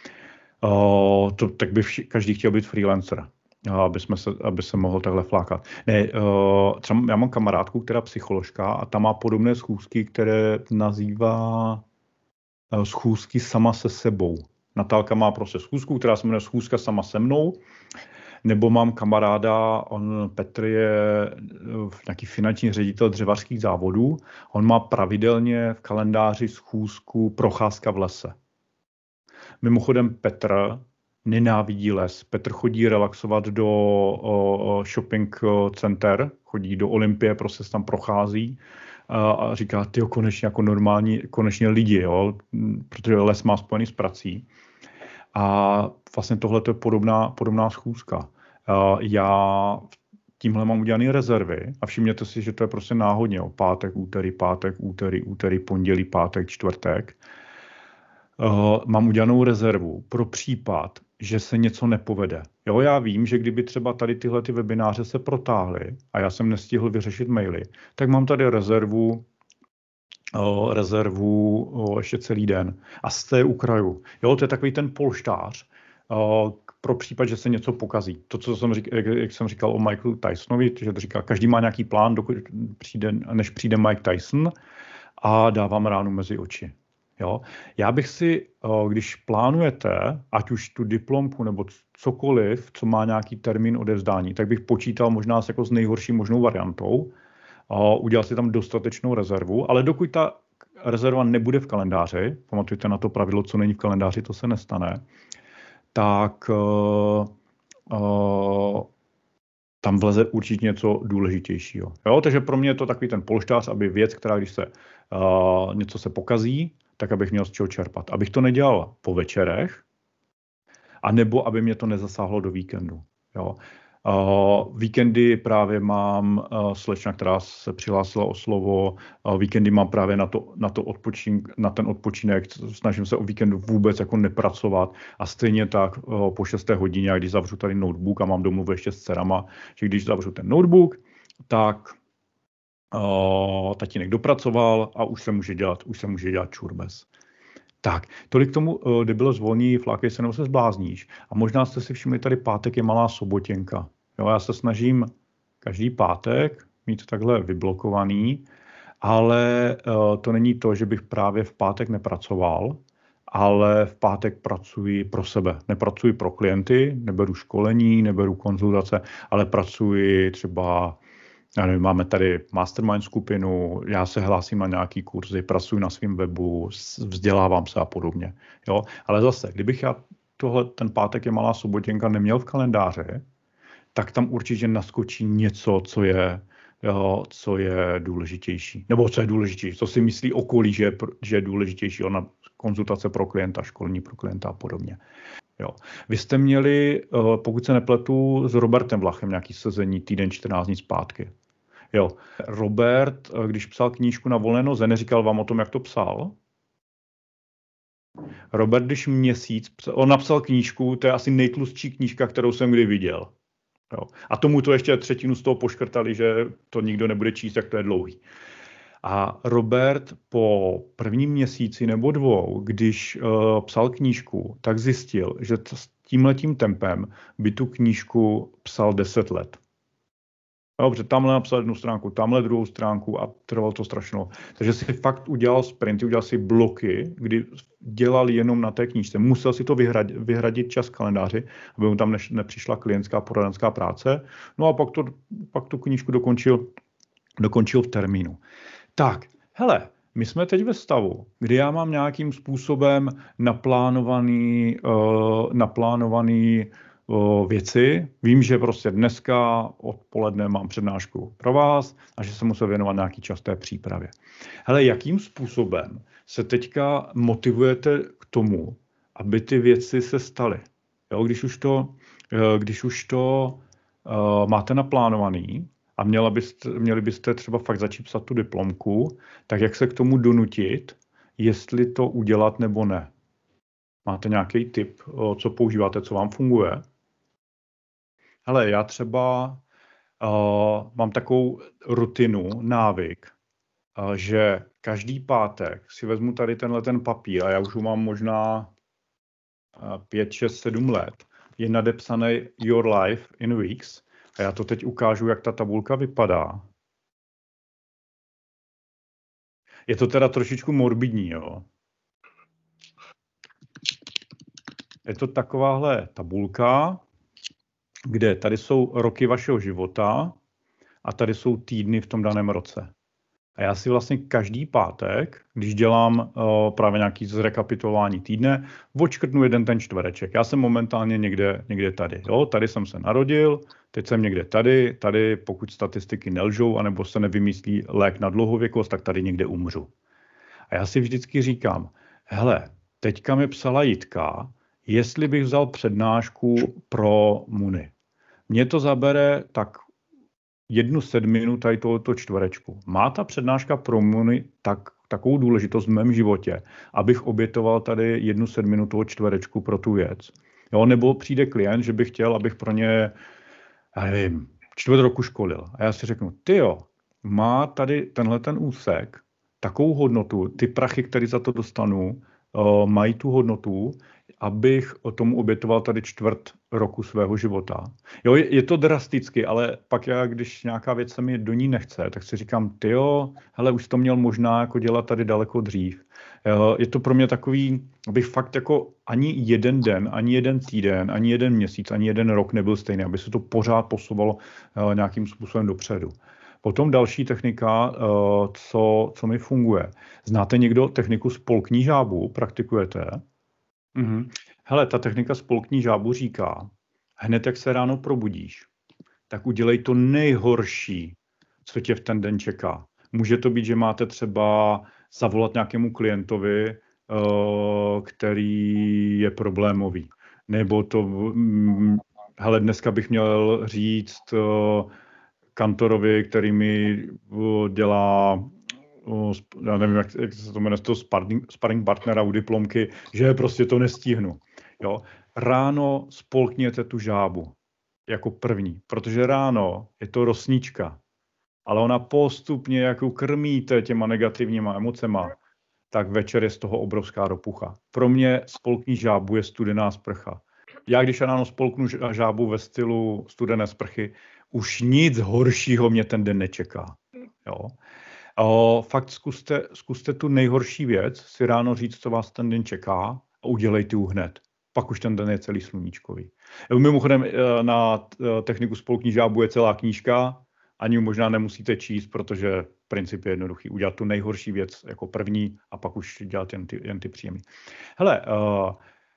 Uh, to, tak by vši, každý chtěl být freelancer, aby, jsme se, aby se mohl takhle flákat. Ne, uh, třeba já mám kamarádku, která je psycholožka a ta má podobné schůzky, které nazývá uh, schůzky sama se sebou. Natálka má prostě schůzku, která se jmenuje schůzka sama se mnou. Nebo mám kamaráda, on Petr je nějaký finanční ředitel dřevařských závodů, on má pravidelně v kalendáři schůzku procházka v lese. Mimochodem Petr nenávidí les. Petr chodí relaxovat do o, shopping center, chodí do Olympie, prostě se tam prochází a, a říká, tyjo, konečně jako normální, konečně lidi, jo, protože les má spojený s prací. A vlastně tohle je podobná, podobná schůzka. Já tímhle mám udělané rezervy a všimněte si, že to je prostě náhodně. Jo. Pátek, úterý, pátek, úterý, úterý, pondělí, pátek, čtvrtek. Mám udělanou rezervu pro případ, že se něco nepovede. Jo, já vím, že kdyby třeba tady tyhle ty webináře se protáhly a já jsem nestihl vyřešit maily, tak mám tady rezervu O, rezervu o, ještě celý den. A z té ukraju. Jo, to je takový ten polštář o, pro případ, že se něco pokazí. To, co jsem říkal, jak jsem říkal o Michaelu Tysonovi, že to říká, každý má nějaký plán, dokud přijde, než přijde Mike Tyson a dávám ránu mezi oči. Jo? Já bych si, o, když plánujete, ať už tu diplomku nebo cokoliv, co má nějaký termín odevzdání, tak bych počítal možná jako s nejhorší možnou variantou, udělat si tam dostatečnou rezervu, ale dokud ta rezerva nebude v kalendáři, pamatujte na to pravidlo, co není v kalendáři, to se nestane, tak uh, uh, tam vleze určitě něco důležitějšího. Jo? Takže pro mě je to takový ten polštář, aby věc, která když se uh, něco se pokazí, tak abych měl z čeho čerpat. Abych to nedělal po večerech, anebo aby mě to nezasáhlo do víkendu. Jo? Uh, víkendy právě mám uh, slečna, která se přihlásila o slovo. Uh, víkendy mám právě na, to, na, to odpočín, na ten odpočinek. Snažím se o víkendu vůbec jako nepracovat. A stejně tak uh, po šesté hodině, když zavřu tady notebook a mám domluvu ještě s dcerama, že když zavřu ten notebook, tak uh, tatínek dopracoval a už se může dělat, už se může dělat čurbes. Tak, tolik k tomu, kdy bylo zvolní, flákej se nebo se zblázníš. A možná jste si všimli, tady pátek je malá sobotěnka. Jo, já se snažím každý pátek mít takhle vyblokovaný, ale uh, to není to, že bych právě v pátek nepracoval, ale v pátek pracuji pro sebe. Nepracuji pro klienty, neberu školení, neberu konzultace, ale pracuji třeba, já nevím, máme tady mastermind skupinu, já se hlásím na nějaký kurzy, pracuji na svém webu, vzdělávám se a podobně. Jo? Ale zase, kdybych já tohle, ten pátek je malá sobotěnka neměl v kalendáři, tak tam určitě naskočí něco, co je, jo, co je důležitější. Nebo co je důležitější, co si myslí okolí, že je, že je důležitější. Ona konzultace pro klienta, školní pro klienta a podobně. Jo. Vy jste měli, pokud se nepletu, s Robertem Vlachem nějaký sezení týden čtrnáct dní zpátky. Jo. Robert, když psal knížku Na volné noze, neříkal vám o tom, jak to psal? Robert, když měsíc, on napsal knížku, to je asi nejtlustší knížka, kterou jsem kdy viděl. Jo. A tomu to ještě třetinu z toho poškrtali, že to nikdo nebude číst, jak to je dlouhý. A Robert po prvním měsíci nebo dvou, když uh, psal knížku, tak zjistil, že t- s tímhletím tempem by tu knížku psal deset let. Dobře, tamhle napsal jednu stránku, tamhle druhou stránku a trvalo to strašno. Takže si fakt udělal sprinty, udělal si bloky, kdy dělal jenom na té knížce. Musel si to vyhradit, vyhradit čas kalendáři, aby mu tam než, nepřišla klientská poradenská práce. No a pak, to, pak tu knížku dokončil, dokončil v termínu. Tak, hele, my jsme teď ve stavu, kdy já mám nějakým způsobem naplánovaný, uh, naplánovaný uh, věci. Vím, že prostě dneska odpoledne mám přednášku pro vás a že se musím věnovat nějaký čas té přípravě. Hele, jakým způsobem se teďka motivujete k tomu, aby ty věci se staly? Jo, když už to, uh, když už to uh, máte naplánovaný, a měla byste, měli byste třeba fakt začít psat tu diplomku, tak jak se k tomu donutit, jestli to udělat nebo ne? Máte nějaký tip, co používáte, co vám funguje? Hele, já třeba uh, mám takovou rutinu, návyk, uh, že každý pátek si vezmu tady tenhle ten papír a já už ho mám možná uh, pět, šest, sedm let. Je nadepsaný Your Life in Weeks. A já to teď ukážu, jak ta tabulka vypadá. Je to teda trošičku morbidní, jo. Je to takováhle tabulka, kde tady jsou roky vašeho života a tady jsou týdny v tom daném roce. A já si vlastně každý pátek, když dělám uh, právě nějaký zrekapitulování týdne, odškrtnu jeden ten čtvereček. Já jsem momentálně někde, někde tady. Jo? Tady jsem se narodil, teď jsem někde tady, tady pokud statistiky nelžou, anebo se nevymyslí lék na dlouhověkost, tak tady někde umřu. A já si vždycky říkám, hele, teďka mi psala Jitka, jestli bych vzal přednášku pro Muni. Mně to zabere tak jednu sedminu tady tohoto čtverečku. Má ta přednáška pro Muni tak, takovou důležitost v mém životě, abych obětoval tady jednu sedminu toho čtverečku pro tu věc. Jo, nebo přijde klient, že bych chtěl, abych pro ně, já nevím, čtvrt roku školil. A já si řeknu, tyjo, má tady tenhle ten úsek takovou hodnotu, ty prachy, které za to dostanu, uh, mají tu hodnotu, abych tomu obětoval tady čtvrt roku svého života. Jo, je, je to drasticky, ale pak já, když nějaká věc se mi do ní nechce, tak si říkám, tyjo, hele, už to měl možná jako dělat tady daleko dřív. Jo, je to pro mě takový, abych fakt jako ani jeden den, ani jeden týden, ani jeden měsíc, ani jeden rok nebyl stejný, aby se to pořád posouvalo uh, nějakým způsobem dopředu. Potom další technika, uh, co, co mi funguje. Znáte někdo techniku spolkní žábu? Praktikujete? Mhm. Hele, ta technika spolkní žábu říká, hned jak se ráno probudíš, tak udělej to nejhorší, co tě v ten den čeká. Může to být, že máte třeba zavolat nějakému klientovi, uh, který je problémový. Nebo to, um, hele, dneska bych měl říct uh, kantorovi, který mi uh, dělá já nevím, jak, jak se to jmenuje, z toho sparring, sparring partnera u diplomky, že prostě to nestihnu. Jo? Ráno spolkněte tu žábu jako první, protože ráno je to rosnička, ale ona postupně, jak ji krmíte těma negativníma emocema, tak večer je z toho obrovská ropucha. Pro mě spolkní žábu je studená sprcha. Já když ráno spolknu žábu ve stylu studené sprchy, už nic horšího mě ten den nečeká. Jo? O, fakt zkuste, zkuste tu nejhorší věc si ráno říct, co vás ten den čeká a udělejte ji hned. Pak už ten den je celý sluníčkový. Mimochodem na techniku spolkní žábu je celá knížka, ani ji možná nemusíte číst, protože princip je jednoduchý. Udělat tu nejhorší věc jako první a pak už dělat jen ty, jen ty příjemný. Hele, uh,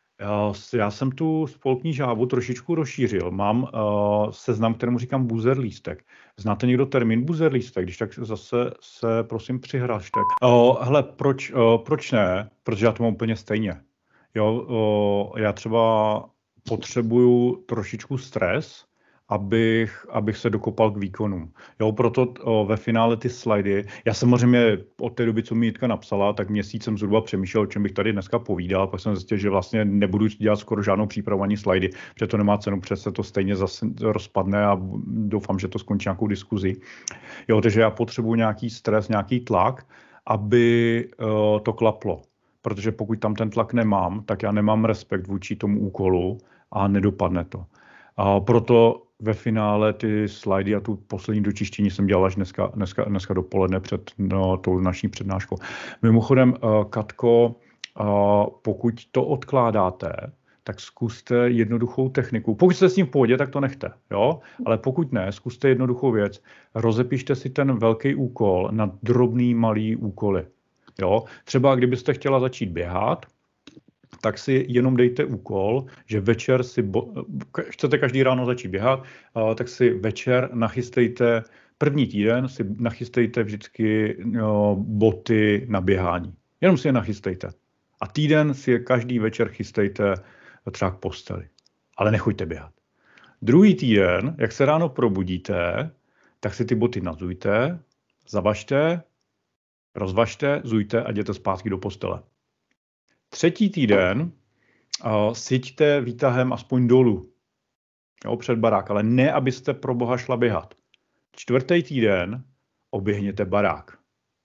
já jsem tu spolkní žábu trošičku rozšířil. Mám uh, seznam, kterému říkám buzzer lístek. Znáte někdo termín buzzer lístek? Když tak zase se prosím přihlašte. Uh, hele, proč, uh, proč ne? Protože já to mám úplně stejně. Jo, uh, já třeba potřebuju trošičku stres, abych, abych se dokopal k výkonům. Jo, proto o, ve finále ty slajdy, já samozřejmě od té doby, co mi Jitka napsala, tak měsíc jsem zhruba přemýšlel, o čem bych tady dneska povídal, pak jsem zjistil, že vlastně nebudu dělat skoro žádnou přípravu ani slajdy, protože to nemá cenu, protože se to stejně zase rozpadne a doufám, že to skončí nějakou diskuzi. Jo, takže já potřebuji nějaký stres, nějaký tlak, aby o, to klaplo. Protože pokud tam ten tlak nemám, tak já nemám respekt vůči tomu úkolu a nedopadne to. A proto ve finále ty slajdy a tu poslední dočištění jsem dělal až dneska, dneska, dneska dopoledne před no, tou naší přednáškou. Mimochodem, uh, Katko, uh, pokud to odkládáte, tak zkuste jednoduchou techniku. Pokud jste s tím v pohodě, tak to nechte. Jo? Ale pokud ne, zkuste jednoduchou věc. Rozepište si ten velký úkol na drobný malý úkoly. Jo? Třeba kdybyste chtěla začít běhat, tak si jenom dejte úkol, že večer si, bo, chcete každý ráno začít běhat, uh, tak si večer nachystejte, první týden si nachystejte vždycky uh, boty na běhání. Jenom si je nachystejte. A týden si je každý večer chystejte třeba k posteli. Ale nechoďte běhat. Druhý týden, jak se ráno probudíte, tak si ty boty nazujte, zavažte, rozvažte, zujte a jděte zpátky do postele. Třetí týden uh, siďte výtahem aspoň dolů, jo, před barák, ale ne, abyste pro boha šla běhat. Čtvrtý týden oběhněte barák.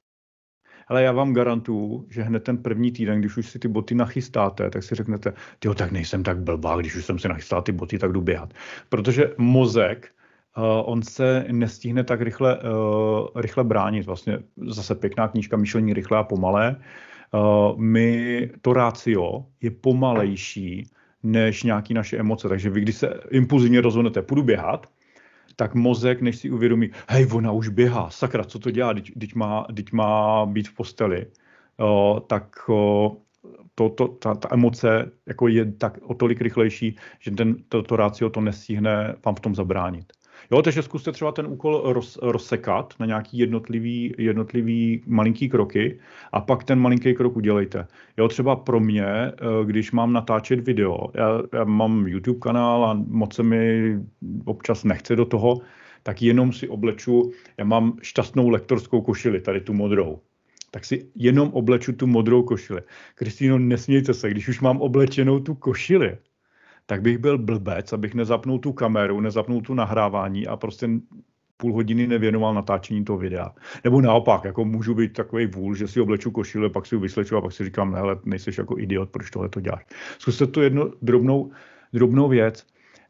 Ale já vám garantuju, že hned ten první týden, když už si ty boty nachystáte, tak si řeknete, tyjo, tak nejsem tak blbá, když už jsem si nachystal ty boty, tak jdu běhat. Protože mozek, uh, on se nestihne tak rychle, uh, rychle bránit. Vlastně zase pěkná knížka Myšlení rychlé a pomalé. Uh, my, to rácio je pomalejší než nějaké naše emoce. Takže vy, když se impulzivně rozhodnete, půjdu běhat, tak mozek, než si uvědomí, hej, ona už běhá, sakra, co to dělá, teď má, má být v posteli, uh, tak uh, to, to, ta, ta emoce jako je tak o tolik rychlejší, že ten, to, to rácio to nestihne vám v tom zabránit. Jo, takže zkuste třeba ten úkol roz, rozsekat na nějaký jednotlivý, jednotlivý malinký kroky a pak ten malinký krok udělejte. Jo, třeba pro mě, když mám natáčet video, já, já mám YouTube kanál a moc se mi občas nechce do toho, tak jenom si obleču, já mám šťastnou lektorskou košili, tady tu modrou, tak si jenom obleču tu modrou košili. Kristýno, nesmějte se, když už mám oblečenou tu košili, tak bych byl blbec, abych nezapnul tu kameru, nezapnul tu nahrávání a prostě půl hodiny nevěnoval natáčení toho videa. Nebo naopak, jako můžu být takový vůl, že si obleču košili, pak si ji vysleču a pak si říkám, hele, nejseš jako idiot, proč tohle to děláš. Zkuste tu jednu drobnou, drobnou věc.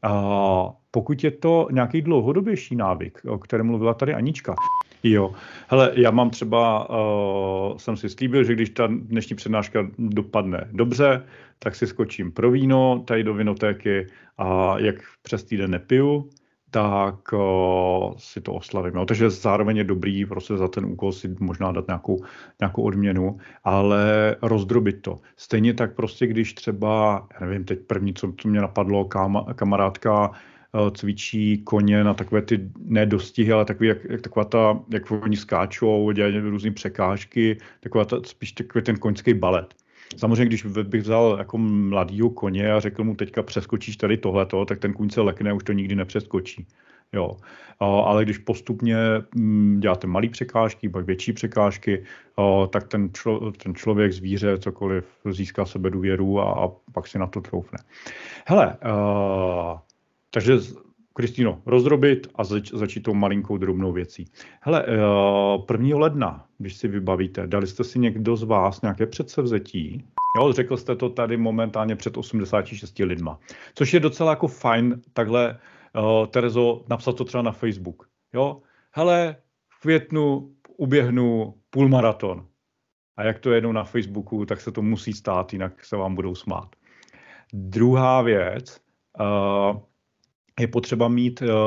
A pokud je to nějaký dlouhodobější návyk, o kterém mluvila tady Anička, jo, hele, já mám třeba, uh, jsem si slíbil, že když ta dnešní přednáška dopadne dobře, tak si skočím pro víno, tady do vinotéky a jak přes týden nepiju, tak uh, si to oslavím. No, takže zároveň je dobrý prostě za ten úkol si možná dát nějakou, nějakou odměnu, ale rozdrobit to. Stejně tak prostě, když třeba, já nevím, teď první, co, co mě napadlo, kam, kamarádka uh, cvičí koně na takové ty, ne dostihy, ale takový, jak, jak taková ta, jak oni skáčou, dělají různé překážky, taková ta, spíš takový ten koňský balet. Samozřejmě, když bych vzal jako mladýho koně a řekl mu teďka přeskočíš tady tohleto, tak ten kůň se lekne, už to nikdy nepřeskočí. Jo. Ale když postupně děláte malé překážky, pak větší překážky, tak ten, člo, ten člověk, zvíře, cokoliv, získá sebedůvěru a, a pak si na to troufne. Hele, uh, takže Kristýno, rozdrobit a zač, začít tou malinkou drobnou věcí. Hele, prvního ledna, když si vybavíte, dali jste si někdo z vás nějaké předsevzetí? Jo, řekl jste to tady momentálně před osmdesáti šesti lidma. Což je docela jako fajn takhle, uh, Terezo, napsat to třeba na Facebook. Jo, hele, v květnu uběhnu půlmaraton. A jak to jednou na Facebooku, tak se to musí stát, jinak se vám budou smát. Druhá věc, uh, je potřeba mít, uh,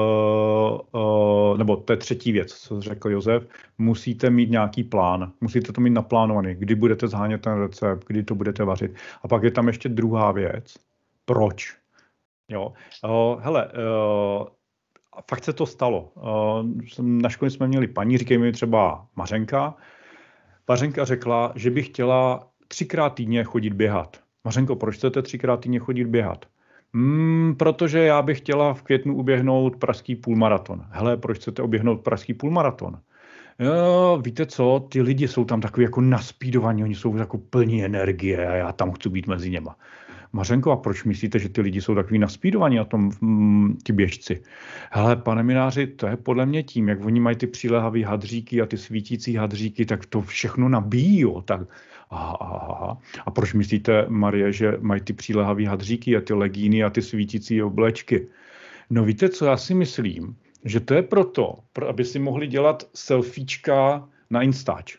uh, nebo to je třetí věc, co řekl Josef, musíte mít nějaký plán, musíte to mít naplánovaný, kdy budete zhánět ten recept, kdy to budete vařit. A pak je tam ještě druhá věc, proč. Jo. Uh, hele, uh, fakt se to stalo. Uh, na škole jsme měli paní, říkají mi třeba Mařenka. Mařenka řekla, že by chtěla třikrát týdně chodit běhat. Mařenko, proč chcete třikrát týdně chodit běhat? Hmm, protože já bych chtěla v květnu uběhnout pražský půlmaraton. Hele, proč chcete oběhnout pražský půlmaraton? Jo, víte co, ty lidi jsou tam takový jako naspídovaní, oni jsou jako plní energie a já tam chci být mezi něma. Mařenko, a proč myslíte, že ty lidi jsou takový naspídovaní a tom mm, ti běžci? Hele, pane Mináři, to je podle mě tím, jak oni mají ty přilehavý hadříky a ty svítící hadříky, tak to všechno nabíjí, jo, tak Aha, aha. A proč myslíte, Marie, že mají ty přílehavý hadříky a ty legíny a ty svítící oblečky? No víte, co já si myslím? Že to je proto, aby si mohli dělat selfiečka na Instač.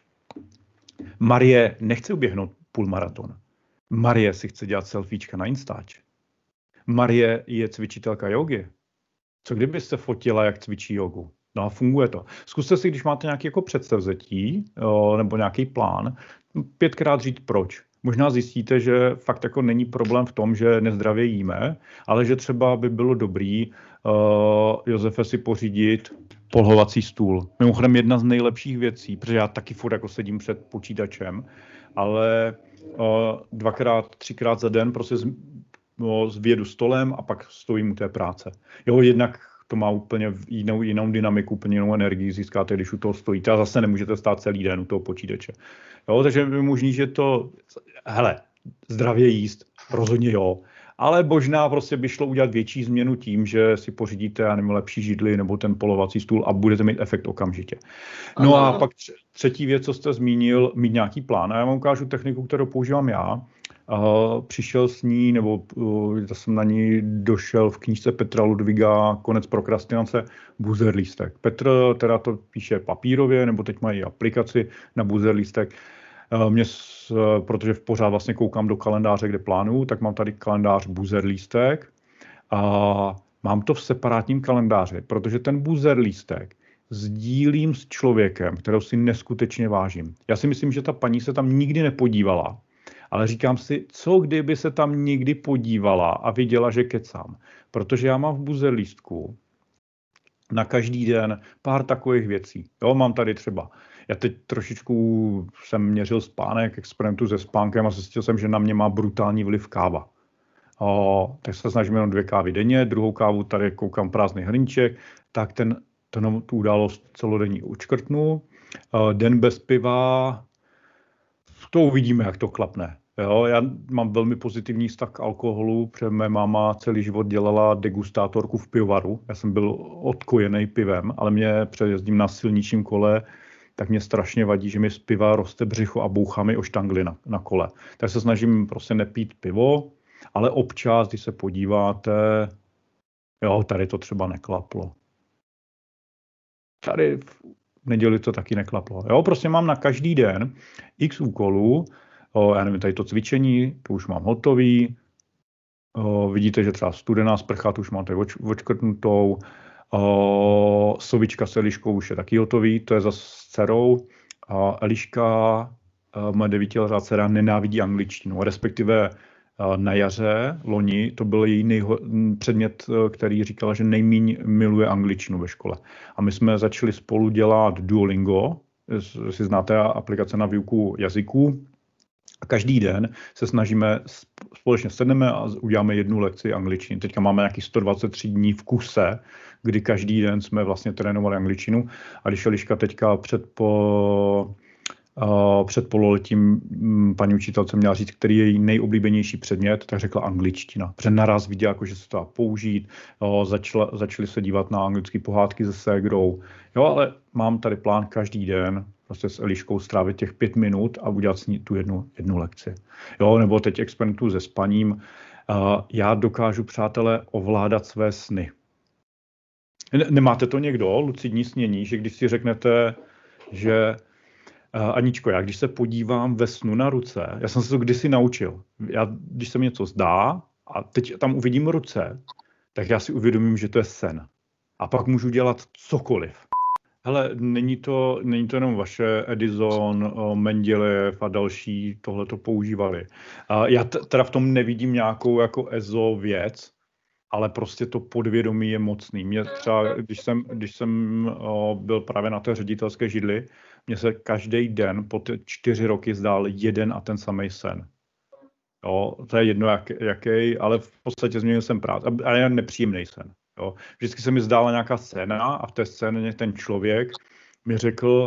Marie nechce uběhnout půlmaraton. Marie si chce dělat selfiečka na Instač. Marie je cvičitelka jogy. Co kdybyste fotila, jak cvičí jogu? No a funguje to. Zkuste si, když máte nějaký jako předsevzetí nebo nějaký plán, pětkrát říct proč. Možná zjistíte, že fakt jako není problém v tom, že nezdravě jíme, ale že třeba by bylo dobrý uh, Josefe si pořídit polhovací stůl. Mimochodem jedna z nejlepších věcí, protože já taky furt jako sedím před počítačem, ale uh, dvakrát, třikrát za den prostě z, no, zvědu stolem a pak stojím u té práce. Jo, jednak to má úplně jinou, jinou dynamiku, úplně jinou energii získáte, když u toho stojíte a zase nemůžete stát celý den u toho počítače. Jo, takže je možný, že to, hele, zdravě jíst, rozhodně jo, ale možná prostě by šlo udělat větší změnu tím, že si pořídíte, já nevím, lepší židli nebo ten polovací stůl a budete mít efekt okamžitě. No a pak třetí věc, co jste zmínil, mít nějaký plán. A já vám ukážu techniku, kterou používám já. Uh, přišel s ní, nebo uh, já jsem na ní došel v knížce Petra Ludviga Konec prokrastinace, buzzer lístek. Petr teda to píše papírově, nebo teď mají aplikaci na buzzer lístek. Uh, mě, uh, protože pořád vlastně koukám do kalendáře, kde plánuju, tak mám tady kalendář buzzer lístek a mám to v separátním kalendáři, protože ten buzzer lístek sdílím s člověkem, kterého si neskutečně vážím. Já si myslím, že ta paní se tam nikdy nepodívala, ale říkám si, co kdyby se tam někdy podívala a viděla, že kecám. Protože já mám v buzzer lístku na každý den pár takových věcí. Jo, mám tady třeba, já teď trošičku jsem měřil spánek, experimentu se spánkem a zjistil jsem, že na mě má brutální vliv káva. O, tak se snažím jenom dvě kávy denně, druhou kávu tady koukám prázdný hrníček, tak ten, ten tu událost celodenní učkrtnu. O, den bez piva, to uvidíme, jak to klapne. Jo, já mám velmi pozitivní vztah k alkoholu, protože mé máma celý život dělala degustátorku v pivovaru. Já jsem byl odkojený pivem, ale mě přejezdím na silničním kole, tak mě strašně vadí, že mi z piva roste břicho a bouchá mi o štangli na, na kole. Tak se snažím prostě nepít pivo, ale občas, když se podíváte, jo, tady to třeba neklaplo. Tady v neděli to taky neklaplo. Jo, prostě mám na každý den x úkolů. O, já nevím, tady to cvičení, to už mám hotový. O, vidíte, že třeba studená sprcha, to už máte oč, očkrtnutou. O, sovička s Eliškou už je taky hotový, to je zase s dcerou. A Eliška, moje devítiletá dcera, nenávidí angličtinu, respektive na jaře, loni, to byl její nejho, předmět, který říkala, že nejméně miluje angličtinu ve škole. A my jsme začali spolu dělat Duolingo, jestli znáte aplikace na výuku jazyků. A každý den se snažíme, společně sedneme a uděláme jednu lekci angličtiny. Teďka máme nějakých sto dvacet tři dní v kuse, kdy každý den jsme vlastně trénovali angličtinu. A když Eliška teďka před, po, uh, před pololetím um, paní učitelce měla říct, který je její nejoblíbenější předmět, tak řekla angličtina. Protože naraz viděla, jako, že se to dá použít, uh, začala, začali se dívat na anglické pohádky se ségrou. Jo, ale mám tady plán každý den prostě s Eliškou strávit těch pět minut a udělat s ní tu jednu, jednu lekci. Jo, nebo teď experimentuju se spaním. Uh, já dokážu, přátelé, ovládat své sny. Nemáte to někdo, lucidní snění, že když si řeknete, že uh, Aničko, já když se podívám ve snu na ruce, já jsem se to kdysi naučil. Já, když se mi něco zdá a teď tam uvidím ruce, tak já si uvědomím, že to je sen. A pak můžu dělat cokoliv. Hele, není to, není to jenom vaše Edison, Mendelejev a další tohle to používali. Já teda v tom nevidím nějakou jako ezo věc, ale prostě to podvědomí je mocný. Mě třeba, když jsem, když jsem byl právě na té ředitelské židli, mně se každý den po ty čtyři roky zdál jeden a ten samý sen. Jo, to je jedno jak, jaký, ale v podstatě změnil jsem práci. A je nepříjemný sen. Jo. Vždycky se mi zdála nějaká scéna a v té scéně ten člověk mi řekl,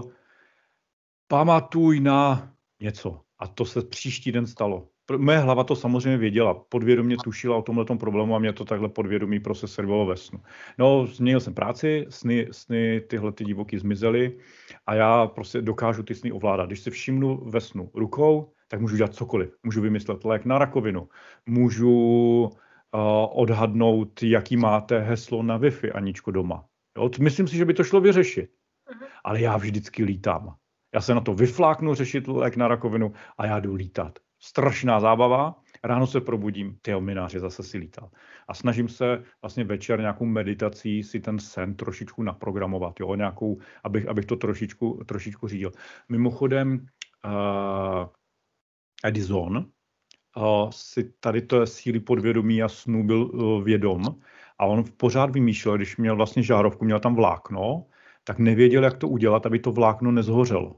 pamatuj na něco. A to se příští den stalo. Moje hlava to samozřejmě věděla, podvědomě tušila o tomhletom problému a mě to takhle podvědomí prostě servovalo ve snu. No, změnil jsem práci, sny, sny tyhle ty divoký zmizely a já prostě dokážu ty sny ovládat. Když si všimnu ve snu rukou, tak můžu dělat cokoliv. Můžu vymyslet lék na rakovinu, můžu Uh, odhadnout, jaký máte heslo na Wi-Fi, Aničko, doma. Jo, myslím si, že by to šlo vyřešit. Uh-huh. Ale já vždycky lítám. Já se na to vyfláknu řešit lék na rakovinu a já jdu lítat. Strašná zábava. Ráno se probudím, tyjo, mináři, zase si lítal. A snažím se vlastně večer nějakou meditací si ten sen trošičku naprogramovat, jo, nějakou, abych, abych to trošičku, trošičku řídil. Mimochodem, uh, Edison, Uh, si tady to síly podvědomí a snů byl uh, vědom a on pořád vymýšlel, když měl vlastně žárovku, měl tam vlákno, tak nevěděl, jak to udělat, aby to vlákno nezhořelo.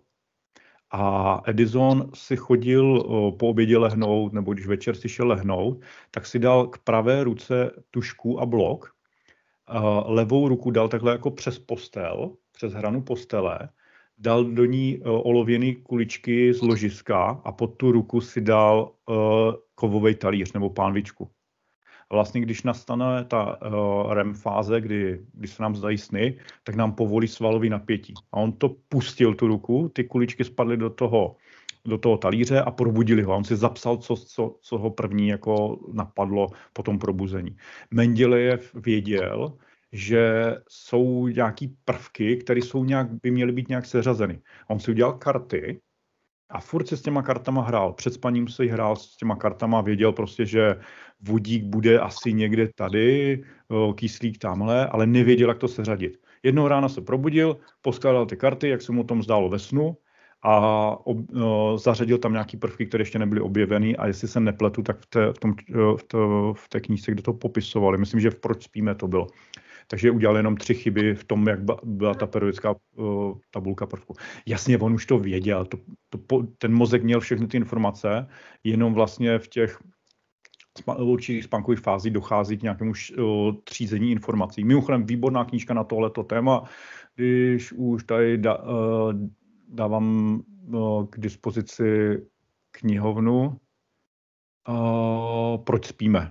A Edison si chodil uh, po obědě lehnout, nebo když večer si šel lehnout, tak si dal k pravé ruce tužku a blok, uh, levou ruku dal takhle jako přes postel, přes hranu postele, dal do ní uh, olověné kuličky z ložiska a pod tu ruku si dal uh, kovový talíř nebo pánvičku. A vlastně, když nastane ta uh, R E M fáze, kdy, kdy se nám zdají sny, tak nám povolí svalový napětí. A on to pustil, tu ruku, ty kuličky spadly do toho, do toho talíře a probudili ho. A on si zapsal, co, co, co ho první jako napadlo po tom probuzení. Mendelejev věděl, že jsou nějaký prvky, které jsou nějak, by měly být nějak seřazeny. On si udělal karty a furt se s těma kartama hrál. Před spaním se hrál s těma kartama, věděl prostě, že vodík bude asi někde tady, kyslík tamhle, ale nevěděl, jak to seřadit. Jednou ráno se probudil, poskládal ty karty, jak se mu o tom zdálo ve snu a ob, o, zařadil tam nějaký prvky, které ještě nebyly objeveny a jestli se nepletu, tak v té, v tom, v to, v té knížce, kde to popisovali, myslím, že v Proč spíme to bylo, Takže udělal jenom tři chyby v tom, jak byla ta periodická uh, tabulka prvku. Jasně, on už to věděl, to, to, ten mozek měl všechny ty informace, jenom vlastně v těch určitých spánkových fází dochází k nějakému uh, třízení informací. Mimochodem, výborná knížka na tohleto téma, když už tady da, uh, dávám uh, k dispozici knihovnu, uh, Proč spíme.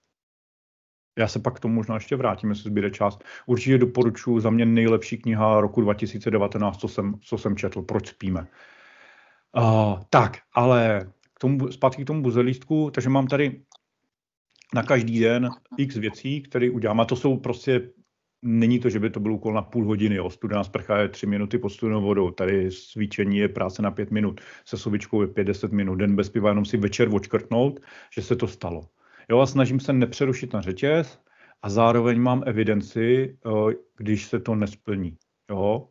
Já se pak k tomu možná ještě vrátím, jestli zbyde čas. Určitě doporučuji, za mě nejlepší kniha roku dva tisíce devatenáct, co jsem, co jsem četl, Proč spíme. Uh, tak, ale k tomu, zpátky k tomu buzerlístku, takže mám tady na každý den x věcí, které udělám. A to jsou prostě, není to, že by to byl úkol na půl hodiny. Jo. Studená sprcha je tři minuty pod studenou vodou. Tady cvičení je práce na pět minut. Se sovičkou je pět deset minut. Den bez piva, jenom si večer odškrtnout, že se to stalo. Jo, a snažím se nepřerušit na řetěz a zároveň mám evidenci, když se to nesplní. Jo.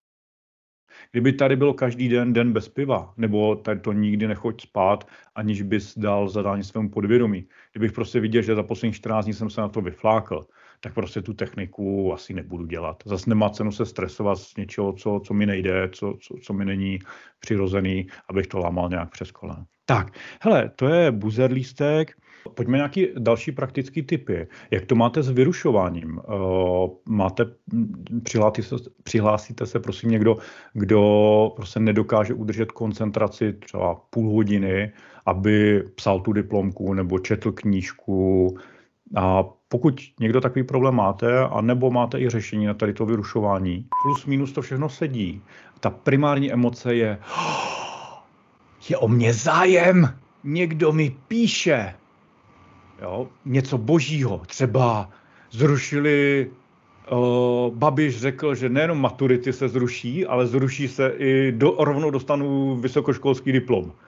Kdyby tady bylo každý den den bez piva, nebo tady to nikdy nechoď spát, aniž bys dal zadání svému podvědomí. Kdybych prostě viděl, že za posledních čtrnáct dní jsem se na to vyflákl, tak prostě tu techniku asi nebudu dělat. Zase nemá cenu se stresovat z něčeho, co, co mi nejde, co, co, co mi není přirozený, abych to lámal nějak přes koleno. Tak, hele, to je buzerlístek. Pojďme nějaký další praktický tipy. Jak to máte s vyrušováním? Uh, máte, přihlásíte se, přihlásíte se prosím někdo, kdo prostě nedokáže udržet koncentraci třeba půl hodiny, aby psal tu diplomku nebo četl knížku. A pokud někdo takový problém máte, a nebo máte i řešení na tady to vyrušování, plus minus to všechno sedí. Ta primární emoce je, je o mě zájem, někdo mi píše. Jo, něco božího, třeba zrušili, uh, Babiš řekl, že nejenom maturity se zruší, ale zruší se i, do, rovnou dostanu vysokoškolský diplom. Uh,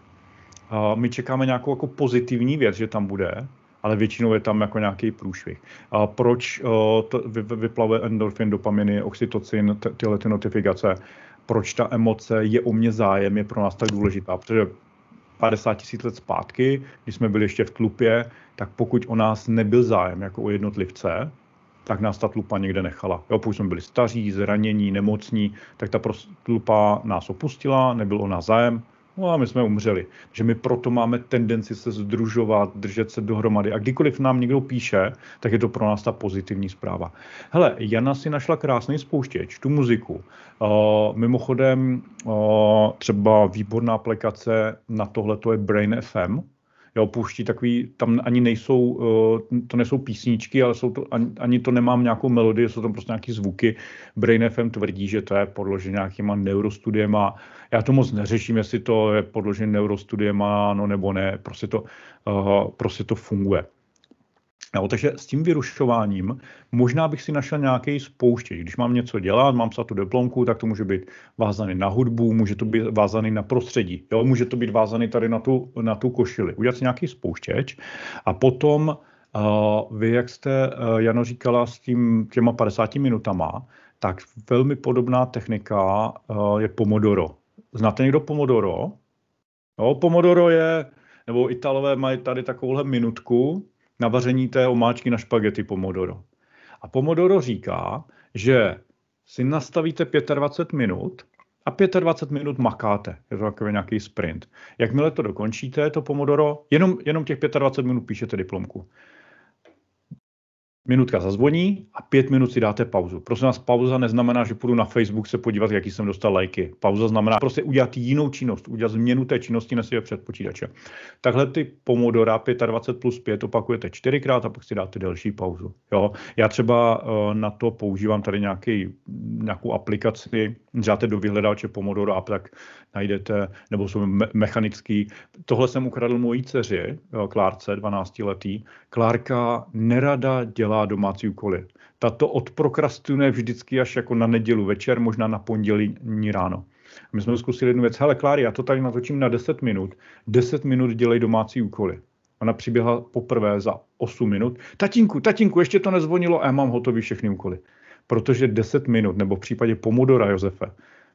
my čekáme nějakou jako pozitivní věc, že tam bude, ale většinou je tam jako nějaký průšvih. Uh, proč uh, to vy, vyplavuje endorfin, dopaminy, oxytocin, t- tyhle ty notifikace, proč ta emoce je o mě zájem, je pro nás tak důležitá, protože padesát tisíc let zpátky, když jsme byli ještě v tlupě, tak pokud o nás nebyl zájem jako o jednotlivce, tak nás ta tlupa někde nechala. Jo, pokud jsme byli staří, zranění, nemocní, tak ta tlupa nás opustila, nebyl o nás zájem, no a my jsme umřeli. Takže my proto máme tendenci se sdružovat, držet se dohromady. A kdykoliv nám někdo píše, tak je to pro nás ta pozitivní zpráva. Hele, Jana si našla krásný spouštěč, tu muziku. Uh, mimochodem, uh, třeba výborná aplikace na tohle to je Brain F M. Jo, pouští takový, tam ani nejsou, uh, to nejsou písničky, ale jsou to, ani, ani to nemám nějakou melodii, jsou tam prostě nějaké zvuky. Brain F M tvrdí, že to je podložené nějakýma neurostudiema. Já to moc neřeším, jestli to je podložené neurostudiema, no nebo ne, prostě to, uh, prostě to funguje. Jo, takže s tím vyrušováním možná bych si našel nějaký spouštěč. Když mám něco dělat, mám psát tu diplomku, tak to může být vázaný na hudbu, může to být vázaný na prostředí, jo, může to být vázaný tady na tu, na tu košili. Udělat si nějaký spouštěč a potom uh, vy, jak jste, uh, Jano, říkala s tím těma padesáti minutama, tak velmi podobná technika uh, je Pomodoro. Znáte někdo Pomodoro? Jo, Pomodoro je, nebo Italové mají tady takovouhle minutku na vaření té omáčky na špagety Pomodoro. A Pomodoro říká, že si nastavíte dvacet pět minut a dvacet pět minut makáte. Je to takový nějaký sprint. Jakmile to dokončíte, to Pomodoro, jenom, jenom těch dvacet pět minut píšete diplomku. Minutka zazvoní a pět minut si dáte pauzu. Prosím vás, pauza neznamená, že půjdu na Facebook se podívat, jaký jsem dostal lajky. Pauza znamená prostě udělat jinou činnost, udělat změnu té činnosti na svého před počítače. Takhle ty Pomodora dvacet pět plus pět opakujete čtyřikrát a pak si dáte delší pauzu. Jo? Já třeba uh, na to používám tady nějaký, nějakou aplikaci, dáte do vyhledáče Pomodoro a tak najdete, nebo jsou me- mechanický. Tohle jsem ukradl mojí dceři, Klárce, dvanáctiletý. Klárka nerada dělá domácí úkoly. Tato odprokrastinuje vždycky až jako na nedělu večer, možná na pondělí ráno. My jsme zkusili jednu věc. Hele, Klári, já to tady natočím na deset minut. deset minut dělej domácí úkoly. Ona přiběhla poprvé za osm minut. Tatínku, tatínku, ještě to nezvonilo a já mám hotový všechny úkoly. Protože deset minut, nebo v případě Pomodora, Josefe,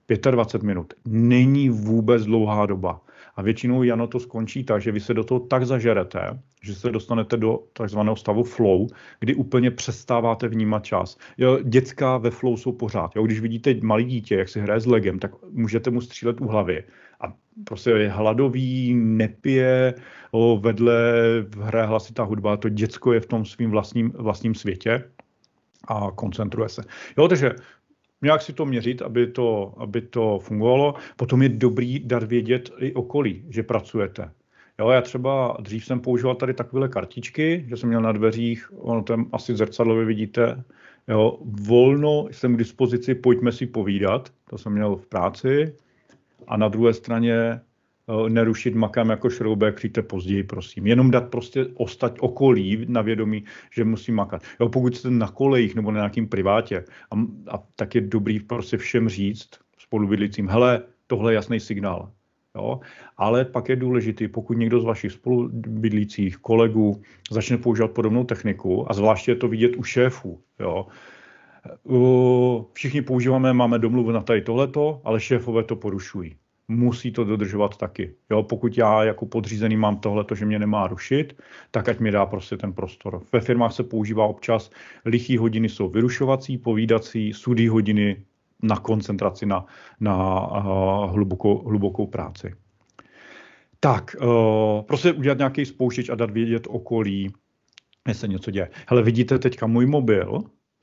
dvacet pět minut není vůbec dlouhá doba. A většinou, Jano, to skončí tak, že vy se do toho tak zažerete, že se dostanete do takzvaného stavu flow, kdy úplně přestáváte vnímat čas. Jo, děcka ve flow jsou pořád. Jo, když vidíte malý dítě, jak si hraje s legem, tak můžete mu střílet u hlavy. A prostě je hladový, nepije, o, vedle hraje hlasitá hudba, to děcko je v tom svým vlastním, vlastním světě a koncentruje se. Jo, takže nějak si to měřit, aby to, aby to fungovalo. Potom je dobrý dát vědět i okolí, že pracujete. Jo, já třeba dřív jsem používal tady takovéhle kartičky, že jsem měl na dveřích, ono tam asi zrcadlově vidíte, jo, volno jsem k dispozici, pojďme si povídat, to jsem měl v práci. A na druhé straně nerušit makem jako šroubek, přijďte později, prosím. Jenom dát prostě ostať okolí na vědomí, že musí makat. Jo, pokud jste na kolejích nebo na nějakým privátě, a, a tak je dobrý prostě všem říct spolubydlícím, hele, tohle je jasný signál. Jo? Ale pak je důležitý, pokud někdo z vašich spolubydlících, kolegů začne používat podobnou techniku, a zvláště je to vidět u šéfů. Jo? Všichni používáme, máme domluvu na tady tohleto, ale šéfové to porušují. Musí to dodržovat taky. Jo, pokud já jako podřízený mám tohleto, že mě nemá rušit, tak ať mi dá prostě ten prostor. Ve firmách se používá občas, lichý hodiny jsou vyrušovací, povídací, sudý hodiny na koncentraci na, na uh, hlubokou, hlubokou práci. Tak, uh, prostě udělat nějaký spouštěč a dát vědět okolí, jestli se něco děje. Hele, vidíte teďka můj mobil?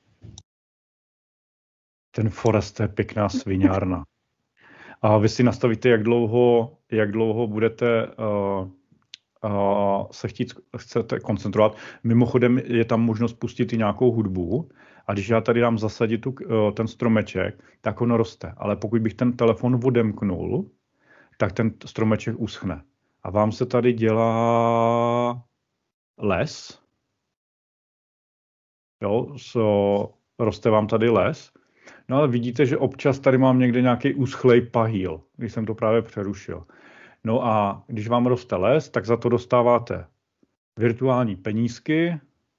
Ten Forest je pěkná sviňárna. A vy si nastavíte, jak dlouho, jak dlouho budete uh, uh, se chtít, chcete koncentrovat. Mimochodem je tam možnost pustit i nějakou hudbu. A když já tady dám zasadit tu, uh, ten stromeček, tak on roste. Ale pokud bych ten telefon odemknul, tak ten stromeček uschne. A vám se tady dělá les. Jo, so, roste vám tady les. No ale vidíte, že občas tady mám někde nějaký uschlej pahýl, když jsem to právě přerušil. No a když vám roste les, tak za to dostáváte virtuální penízky.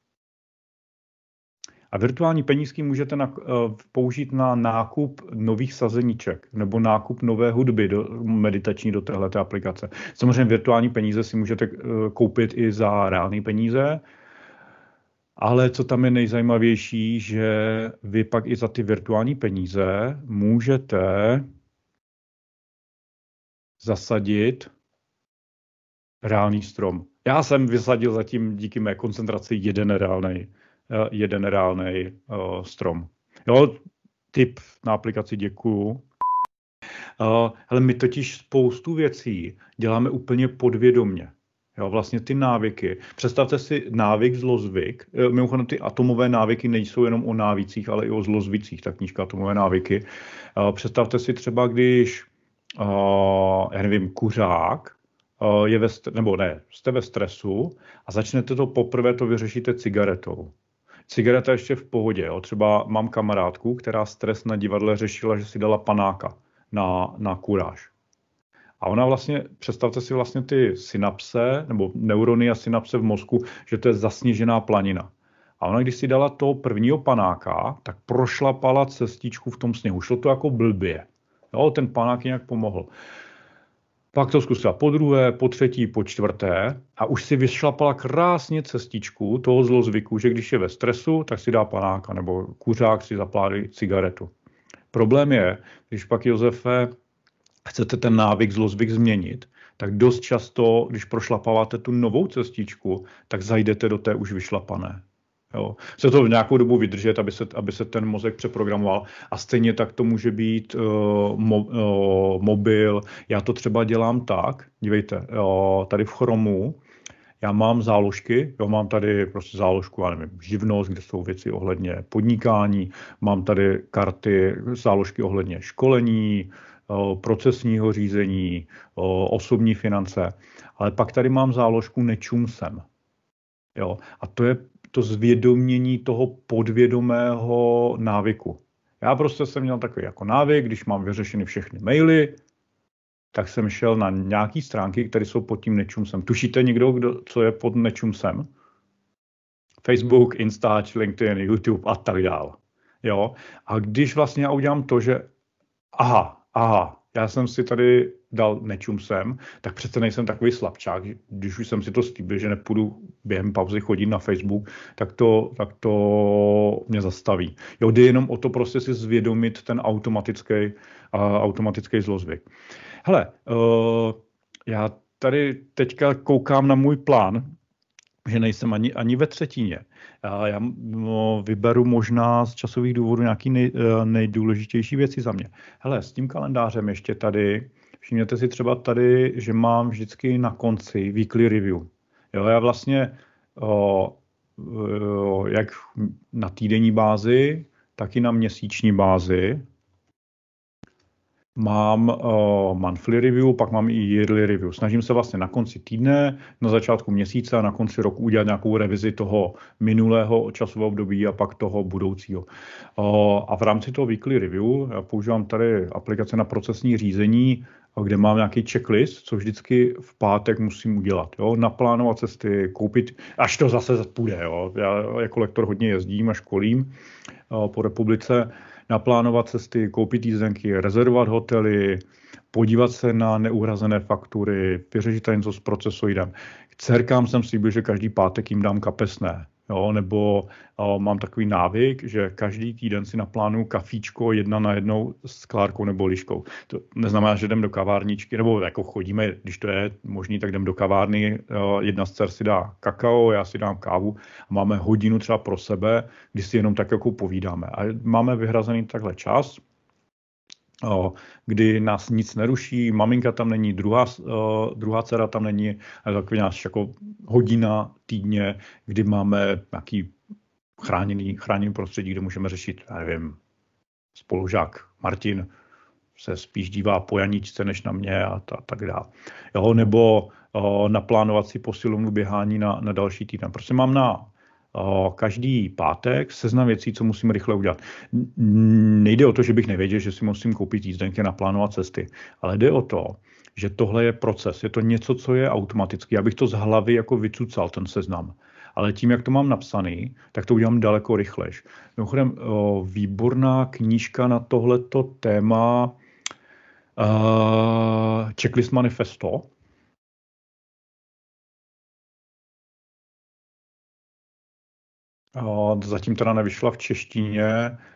A virtuální penízky můžete na, uh, použít na nákup nových sazeniček nebo nákup nové hudby do, meditační do téhleté aplikace. Samozřejmě virtuální peníze si můžete uh, koupit i za reální peníze. Ale co tam je nejzajímavější, že vy pak i za ty virtuální peníze můžete zasadit reálný strom. Já jsem vysadil zatím díky mé koncentraci jeden reálný, jeden reálný uh, strom. Jo, tip na aplikaci děkuju. Uh, ale my totiž spoustu věcí děláme úplně podvědomě. Jo, vlastně ty návyky. Představte si návyk, zlozvyk. Mimochodem ty atomové návyky nejsou jenom o návících, ale i o zlozvicích, ta knížka Atomové návyky. Představte si třeba, když, já nevím, kuřák je ve, nebo ne, jste ve stresu a začnete to poprvé, to vyřešíte cigaretou. Cigareta ještě v pohodě. Jo. Třeba mám kamarádku, která stres na divadle řešila, že si dala panáka na, na kuráž. A ona vlastně, představte si vlastně ty synapse, nebo neurony a synapse v mozku, že to je zasněžená planina. A ona, když si dala toho prvního panáka, tak prošlapala cestičku v tom sněhu. Šlo to jako blbě. Jo, ten panák nějak pomohl. Pak to zkusila po druhé, po třetí, po čtvrté a už si vyšlapala krásně cestičku toho zlozvyku, že když je ve stresu, tak si dá panáka, nebo kuřák si zapládí cigaretu. Problém je, když pak, Josefe, chcete ten návyk, zlozvyk změnit, tak dost často, když prošlapáváte tu novou cestičku, tak zajdete do té už vyšlapané. Jo. Chce to v nějakou dobu vydržet, aby se, aby se ten mozek přeprogramoval. A stejně tak to může být uh, mo, uh, mobil. Já to třeba dělám tak, dívejte, uh, tady v Chromu já mám záložky, jo, mám tady prostě záložku, já nevím, živnost, kde jsou věci ohledně podnikání, mám tady karty, záložky ohledně školení, procesního řízení, osobní finance, ale pak tady mám záložku nečum sem. Jo? A to je to zvědomění toho podvědomého návyku. Já prostě jsem měl takový jako návyk, když mám vyřešeny všechny maily, tak jsem šel na nějaký stránky, které jsou pod tím nečum sem. Tušíte někdo, kdo, co je pod nečum sem? Facebook, Instač, LinkedIn, YouTube a tak dále. Jo? A když vlastně já udělám to, že aha, aha, já jsem si tady dal nečum sem, tak přece nejsem takový slabčák, když už jsem si to slíbil, že nepůjdu během pauzy chodit na Facebook, tak to, tak to mě zastaví. Jo, jde jenom o to prostě si zvědomit ten automatický, uh, automatický zlozvyk. Hele, uh, já tady teďka koukám na můj plán, že nejsem ani, ani ve třetině. Já, já no, vyberu možná z časových důvodů nějaký nej, nejdůležitější věci za mě. Hele, s tím kalendářem ještě tady, všimněte si třeba tady, že mám vždycky na konci weekly review. Jo, já vlastně o, o, jak na týdenní bázi, tak i na měsíční bázi mám uh, monthly review, pak mám i yearly review. Snažím se vlastně na konci týdne, na začátku měsíce a na konci roku udělat nějakou revizi toho minulého časového období a pak toho budoucího. Uh, a v rámci toho weekly review já používám tady aplikace na procesní řízení, kde mám nějaký checklist, co vždycky v pátek musím udělat. Jo? Naplánovat cesty, koupit, až to zase půjde. Jo? Já jako lektor hodně jezdím a školím uh, po republice. Naplánovat cesty, koupit jízdenky, rezervovat hotely, podívat se na neuhrazené faktury, vyřešit tady něco s procesoidem. Dcerkám jsem slíbil, že každý pátek jim dám kapesné. Jo, nebo o, mám takový návyk, že každý týden si naplánuju kafíčko jedna na jednou s Klárkou nebo Liškou. To neznamená, že jdem do kavárničky, nebo jako chodíme, když to je možný, tak jdem do kavárny, o, jedna z dcer si dá kakao, já si dám kávu a máme hodinu třeba pro sebe, kdy si jenom tak jako povídáme. A máme vyhrazený takhle čas, O, kdy nás nic neruší, maminka tam není, druhá, o, druhá dcera tam není, je takový náš jako hodina týdně, kdy máme nějaký chráněný, chráněný prostředí, kde můžeme řešit, já nevím, spolužák Martin se spíš dívá po Janíčce než na mě a ta, tak dále. Jo, nebo o, naplánovat si posilovnu běhání na, na další týden. Prostě mám na každý pátek seznam věcí, co musím rychle udělat. Nejde o to, že bych nevěděl, že si musím koupit jízdenky, naplánovat cesty, ale jde o to, že tohle je proces, je to něco, co je automaticky. Já bych to z hlavy jako vycucal, ten seznam. Ale tím, jak to mám napsaný, tak to udělám daleko rychlejš. Mimochodem, výborná knížka na tohleto téma uh, Checklist Manifesto. Zatím teda nevyšla v češtině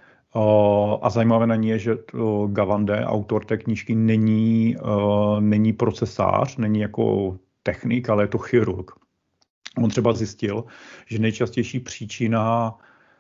a zajímavé na ní je, že Gawande, autor té knížky, není, není procesář, není jako technik, ale je to chirurg. On třeba zjistil, že nejčastější příčina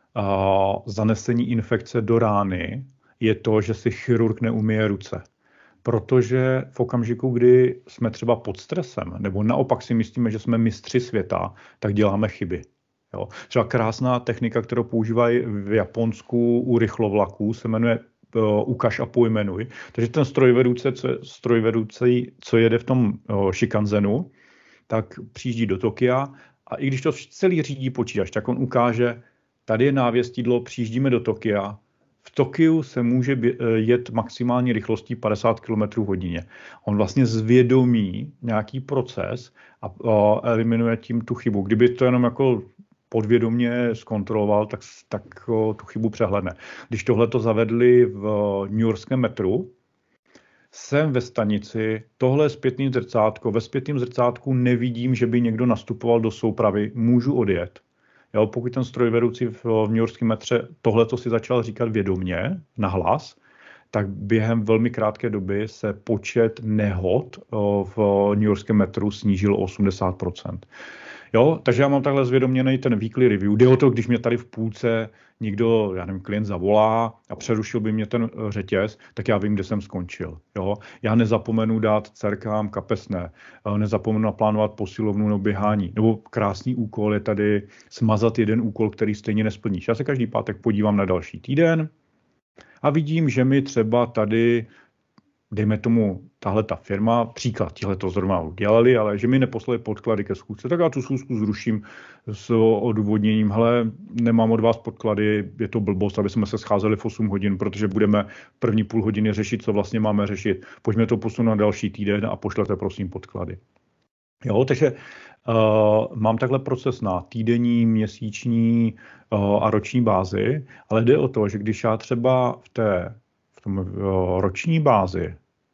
zanesení infekce do rány je to, že si chirurg neumyje ruce. Protože v okamžiku, kdy jsme třeba pod stresem, nebo naopak si myslíme, že jsme mistři světa, tak děláme chyby. Jo. Třeba krásná technika, kterou používají v Japonsku u rychlovlaků, se jmenuje uh, ukaž a pojmenuj. Takže ten strojvedoucí, co, strojvedoucí, co jede v tom uh, Shinkanzenu, tak přijíždí do Tokia a i když to celý řídí počítač, tak on ukáže, tady je návěstidlo, přijíždíme do Tokia. V Tokiu se může jet maximální rychlostí padesát kilometrů hodině. On vlastně zvědomí nějaký proces a, a eliminuje tím tu chybu. Kdyby to jenom jako podvědomě zkontroloval, tak, tak o, tu chybu přehledne. Když tohle to zavedli v newyorském metru, jsem ve stanici, tohle je zpětný zrcátko, ve zpětném zrcátku nevidím, že by někdo nastupoval do soupravy, můžu odjet. Jo, pokud ten strojvedoucí v, v newyorském metře tohleto si začal říkat vědomě, nahlas, tak během velmi krátké doby se počet nehod v newyorském metru snížil o osmdesát procent. Jo, takže já mám takhle zvědoměný ten weekly review. Jde o to, když mě tady v půlce někdo, já nevím, klient zavolá a přerušil by mě ten řetěz, tak já vím, kde jsem skončil. Jo. Já nezapomenu dát dcerkám kapesné, nezapomenu naplánovat posilovnu nebo běhání. Nebo krásný úkol je tady smazat jeden úkol, který stejně nesplníš. Já se každý pátek podívám na další týden a vidím, že mi třeba tady, dejme tomu, tahle ta firma, příklad, tihle to zrovna udělali, ale že mi neposlali podklady ke schůzce, tak já tu schůzku zruším s odůvodněním, hele, nemám od vás podklady, je to blbost, aby jsme se scházeli v osm hodin, protože budeme první půl hodiny řešit, co vlastně máme řešit. Pojďme to posunout na další týden a pošlete prosím podklady. Jo, takže uh, mám takhle proces na týdenní, měsíční uh, a roční bázi, ale jde o to, že když já třeba v té v tom roční bázi.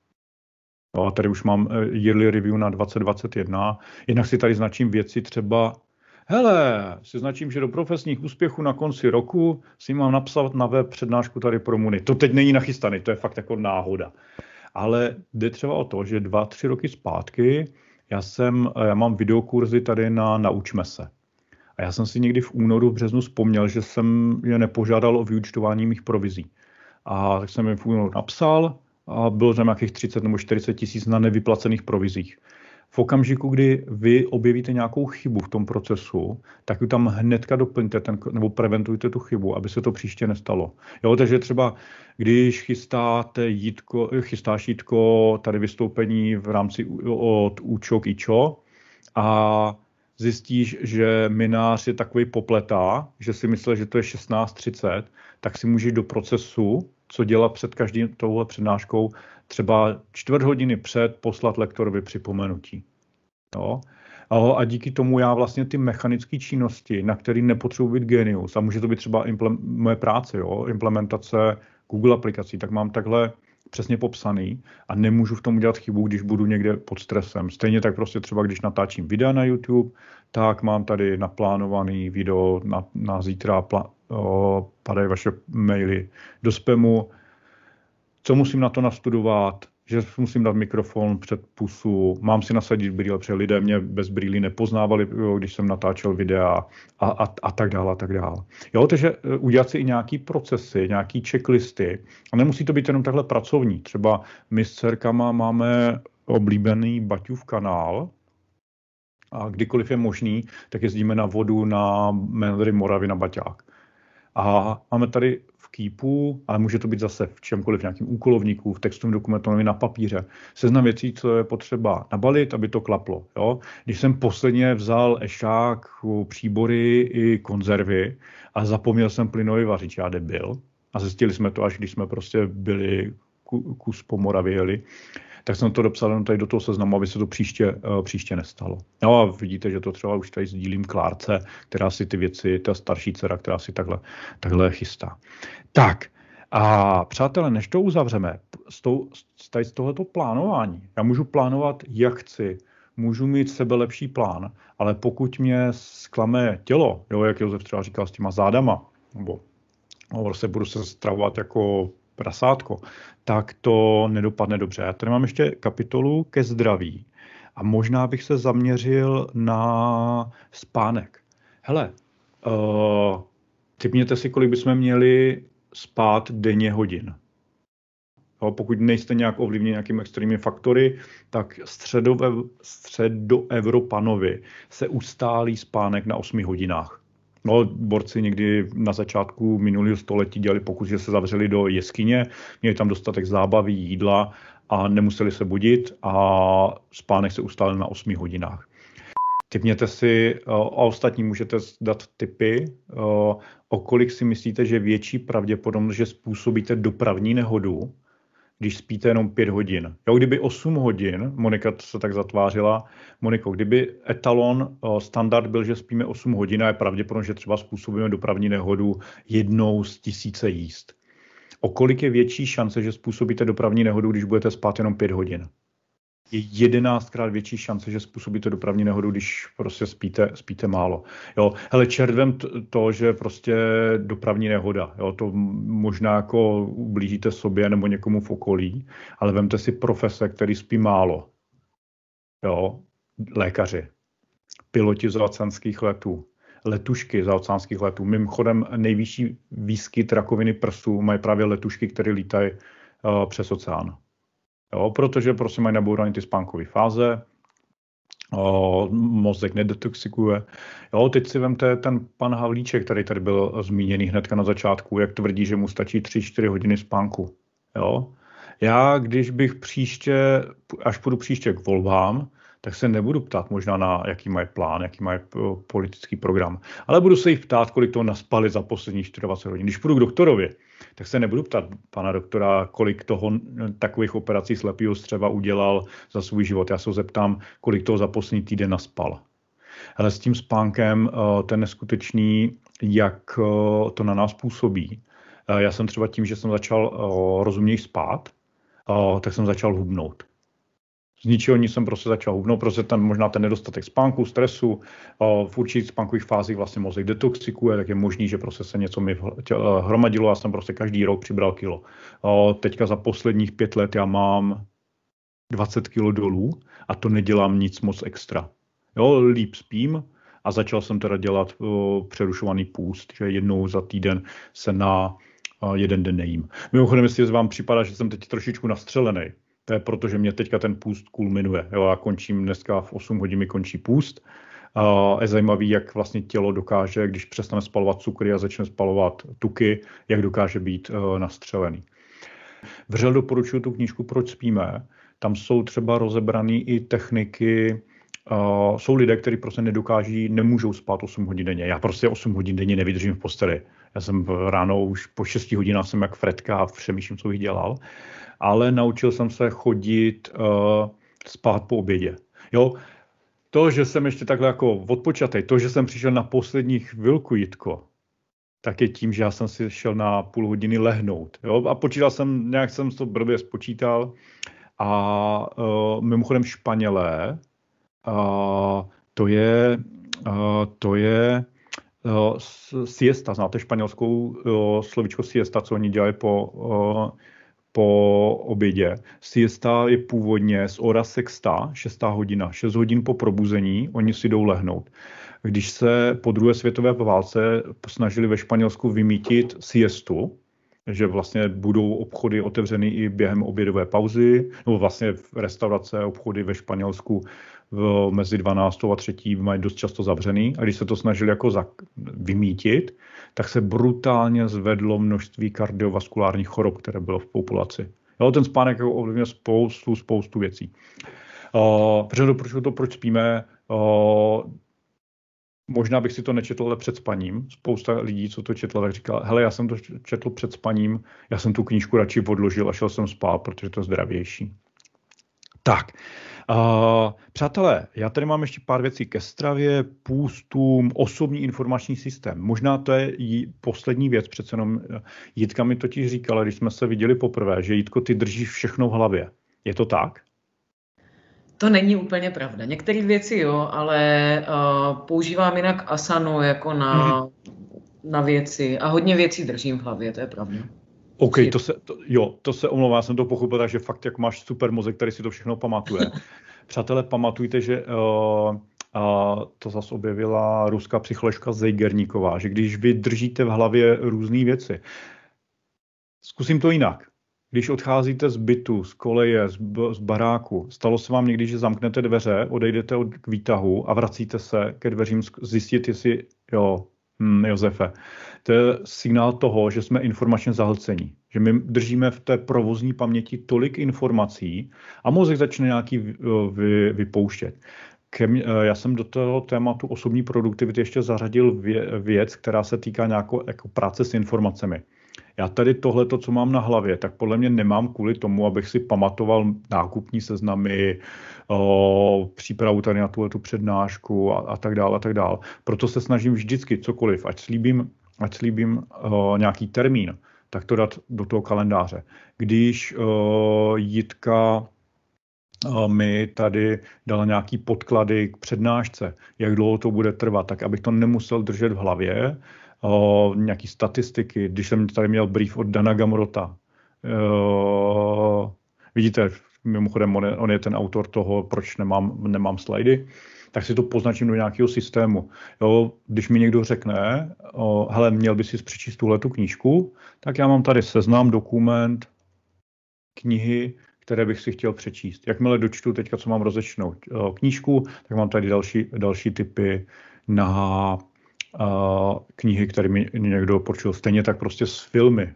A tady už mám yearly review na dvacet dvacet jedna. Jinak si tady značím věci třeba, hele, si značím, že do profesních úspěchů na konci roku si mám napsat na web přednášku tady pro Muni. To teď není nachystaný, to je fakt jako náhoda. Ale jde třeba o to, že dva, tři roky zpátky já, jsem, já mám videokurzy tady na Naučme se. A já jsem si někdy v únoru, v březnu vzpomněl, že jsem je nepožádal o vyúčtování mých provizí. A tak jsem jim v únoru napsal a bylo tam nějakých třicet nebo čtyřicet tisíc na nevyplacených provizích. V okamžiku, kdy vy objevíte nějakou chybu v tom procesu, tak ji tam hnedka doplňte ten, nebo preventujte tu chybu, aby se to příště nestalo. Jo, takže třeba, když chystáte jítko, chystáš jítko tady vystoupení v rámci od účo k ičo a zjistíš, že minář je takový popletá, že si myslel, že to je šestnáct třicet, tak si můžeš do procesu, co dělat před každým touhle přednáškou, třeba čtvrt hodiny před poslat lektorovi připomenutí. Jo? A díky tomu já vlastně ty mechanické činnosti, na které nepotřebuji být genius, a může to být třeba implem- moje práce, jo? Implementace Google aplikací, tak mám takhle přesně popsaný a nemůžu v tom udělat chybu, když budu někde pod stresem. Stejně tak prostě třeba, když natáčím videa na YouTube, tak mám tady naplánovaný video na, na zítra, pla- o, padají vaše maily do spamu. Co musím na to nastudovat, že musím dát mikrofon před pusu, mám si nasadit brýle, protože lidé mě bez brýlí nepoznávali, jo, když jsem natáčel videa a, a, a tak dále, a tak dále. Jo, takže udělat si i nějaký procesy, nějaký checklisty a nemusí to být jenom takhle pracovní. Třeba my s dcerkama máme oblíbený Baťův kanál a kdykoliv je možný, tak jezdíme na vodu na Meandry Moravy na Baťák. A máme tady v Keepu, ale může to být zase v čemkoliv, v nějakým úkolovníku, v textovém dokumentu, na papíře. Seznam věcí, co je potřeba nabalit, aby to klaplo. Jo? Když jsem posledně vzal ešák, příbory i konzervy a zapomněl jsem plynový vařič, já debil. A zjistili jsme to, až když jsme prostě byli kus po Moravě jeli, tak jsem to dopsal jenom tady do toho seznamu, aby se to příště, uh, příště nestalo. No a vidíte, že to třeba už tady sdílím Klárce, která si ty věci, ta starší dcera, která si takhle, takhle chystá. Tak a přátelé, než to uzavřeme, z, tou, z, z tohoto plánování, já můžu plánovat, jak chci, můžu mít sebe lepší plán, ale pokud mě zklame tělo, jo, jak Josef třeba říkal s těma zádama, nebo no, se budu se stravovat jako prasátko, tak to nedopadne dobře. Já tady mám ještě kapitolu ke zdraví a možná bych se zaměřil na spánek. Hele, uh, tipněte si, kolik bychom měli spát denně hodin. Jo, pokud nejste nějak ovlivněni nějakými extrémními faktory, tak středove, středoevropanovi se ustálí spánek na osmi hodinách. No, borci někdy na začátku minulého století dělali pokus, že se zavřeli do jeskyně, měli tam dostatek zábavy, jídla a nemuseli se budit a spánek se ustálil na osmi hodinách. Tipněte si, a ostatní můžete dát tipy, o kolik si myslíte, že větší pravděpodobnost, že způsobíte dopravní nehodu, když spíte jenom pět hodin. Jo, kdyby osm hodin, Monika se tak zatvářila, Moniko, kdyby etalon, standard byl, že spíme osm hodin a je pravděpodobně, že třeba způsobíme dopravní nehodu jednou z tisíce jízd. O kolik je větší šance, že způsobíte dopravní nehodu, když budete spát jenom pět hodin? Je jedenáctkrát větší šance, že způsobíte dopravní nehodu, když prostě spíte, spíte málo. Jo, hele, červem to, že prostě dopravní nehoda, jo, to možná jako ublížíte sobě nebo někomu v okolí, ale vemte si profese, který spí málo. Jo, lékaři, piloti z oceánských letů, letušky z oceánských letů. Mimochodem nejvyšší výskyt rakoviny prsu mají právě letušky, které lítají uh, přes oceán. Jo, protože prostě mají nabourané ty spánkové fáze, o, mozek nedetoxikuje. Jo, teď si vemte ten pan Havlíček, který tady byl zmíněný hnedka na začátku, jak tvrdí, že mu stačí tři čtyři hodiny spánku. Jo. Já, když bych příště, až půjdu příště k volbám, tak se nebudu ptát možná na jaký mají plán, jaký mají politický program, ale budu se jich ptát, kolik toho naspali za posledních dvacet čtyři hodin. Když půjdu k doktorovi, tak se nebudu ptát pana doktora, kolik toho takových operací slepého střeva udělal za svůj život. Já se ho zeptám, kolik toho za poslední týden naspal. Ale s tím spánkem ten neskutečný, jak to na nás působí. Já jsem třeba tím, že jsem začal rozuměji spát, tak jsem začal hubnout. Z ničeho nic jsem prostě začal hubnout, protože ten, možná ten nedostatek spánku, stresu, v určitých spánkových fázích vlastně mozek detoxikuje, tak je možný, že prostě se něco mi hromadilo, já jsem prostě každý rok přibral kilo. Teďka za posledních pět let já mám dvacet kilo dolů a to nedělám nic moc extra. Jo, líp spím a začal jsem teda dělat o, přerušovaný půst, že jednou za týden se na o, jeden den nejím. Mimochodem, jestli vám připadá, že jsem teď trošičku nastřelený, to je proto, že mě teďka ten půst kulminuje. Jo, já končím dneska v osm hodin mi končí půst. A je zajímavý, jak vlastně tělo dokáže, když přestane spalovat cukry a začne spalovat tuky, jak dokáže být o, nastřelený. Vřel doporučuji tu knížku Proč spíme. Tam jsou třeba rozebrané i techniky. Uh, jsou lidé, kteří prostě nedokáží, nemůžou spát osm hodin denně. Já prostě osm hodin denně nevydržím v posteli. Já jsem ráno už po šesti hodinách jsem jak Fredka a přemýšlím, co bych dělal. Ale naučil jsem se chodit uh, spát po obědě. Jo, to, že jsem ještě takhle jako odpočatej, to, že jsem přišel na poslední chvilku, Jitko, tak je tím, že já jsem si šel na půl hodiny lehnout. Jo? A počítal jsem, nějak jsem to blbě spočítal. A uh, mimochodem Španělé, uh, to je, uh, to je uh, siesta, znáte španělskou uh, slovíčko siesta, co oni dělají po, uh, po obědě. Siesta je původně z hora sexta, šestá hodina, šest hodin po probuzení, oni si jdou lehnout. Když se po druhé světové válce snažili ve Španělsku vymítit siestu, že vlastně budou obchody otevřeny i během obědové pauzy, nebo vlastně restaurace, obchody ve Španělsku v, mezi dvanáctou a třetí mají dost často zavřený. A když se to snažili jako za, vymítit, tak se brutálně zvedlo množství kardiovaskulárních chorob, které bylo v populaci. Jo, ten spánek jako ovlivňuje spoustu, spoustu věcí. Uh, protože doporučuji to, proč spíme. Uh, Možná bych si to nečetl, ale před spaním. Spousta lidí, co to četla, tak říkala, hele, já jsem to četl před spaním, já jsem tu knížku radši odložil a šel jsem spát, protože to je zdravější. Tak, uh, přátelé, já tady mám ještě pár věcí ke stravě, půstům, osobní informační systém. Možná to je poslední věc, přece jenom Jitka mi totiž říkala, když jsme se viděli poprvé, že Jitko, ty držíš všechno v hlavě. Je to tak? To není úplně pravda. Některé věci jo, ale uh, používám jinak asanu jako na, mm-hmm. na věci a hodně věcí držím v hlavě, to je pravda. OK, to se, to, jo, to se omlouvám, jsem to pochopil, takže fakt, jak máš super mozek, který si to všechno pamatuje. Přátelé, pamatujte, že uh, uh, to zase objevila ruská psycholožka Zeigerníková, že když vy držíte v hlavě různé věci, zkusím to jinak. Když odcházíte z bytu, z koleje, z, b- z baráku, stalo se vám někdy, že zamknete dveře, odejdete od k výtahu a vracíte se ke dveřím zjistit, jestli, jo, hm, Josefe, to je signál toho, že jsme informačně zahlcení. Že my držíme v té provozní paměti tolik informací a mozek začne nějaký vy, vypouštět. Já jsem do toho tématu osobní produktivity ještě zařadil vě, věc, která se týká nějakou jako práce s informacemi. Já tady tohleto, co mám na hlavě, tak podle mě nemám kvůli tomu, abych si pamatoval nákupní seznamy, o, přípravu tady na tuhletu přednášku a, a tak dále, a tak dále. Proto se snažím vždycky cokoliv, ať slíbím, ať slíbím o, nějaký termín, tak to dát do toho kalendáře. Když o, Jitka o, mi tady dala nějaký podklady k přednášce, jak dlouho to bude trvat, tak abych to nemusel držet v hlavě, O, nějaký statistiky, když jsem tady měl brief od Dana Gamrota. O, vidíte, mimochodem on je, on je ten autor toho, proč nemám, nemám slajdy, tak si to poznačím do nějakého systému. Jo, když mi někdo řekne, o, hele, měl by si přečíst tuhletu knížku, tak já mám tady seznam, dokument, knihy, které bych si chtěl přečíst. Jakmile dočtu teďka, co mám rozečnout knížku, tak mám tady další, další typy na Uh, knihy, které mi někdo doporučil. Stejně tak prostě s filmy.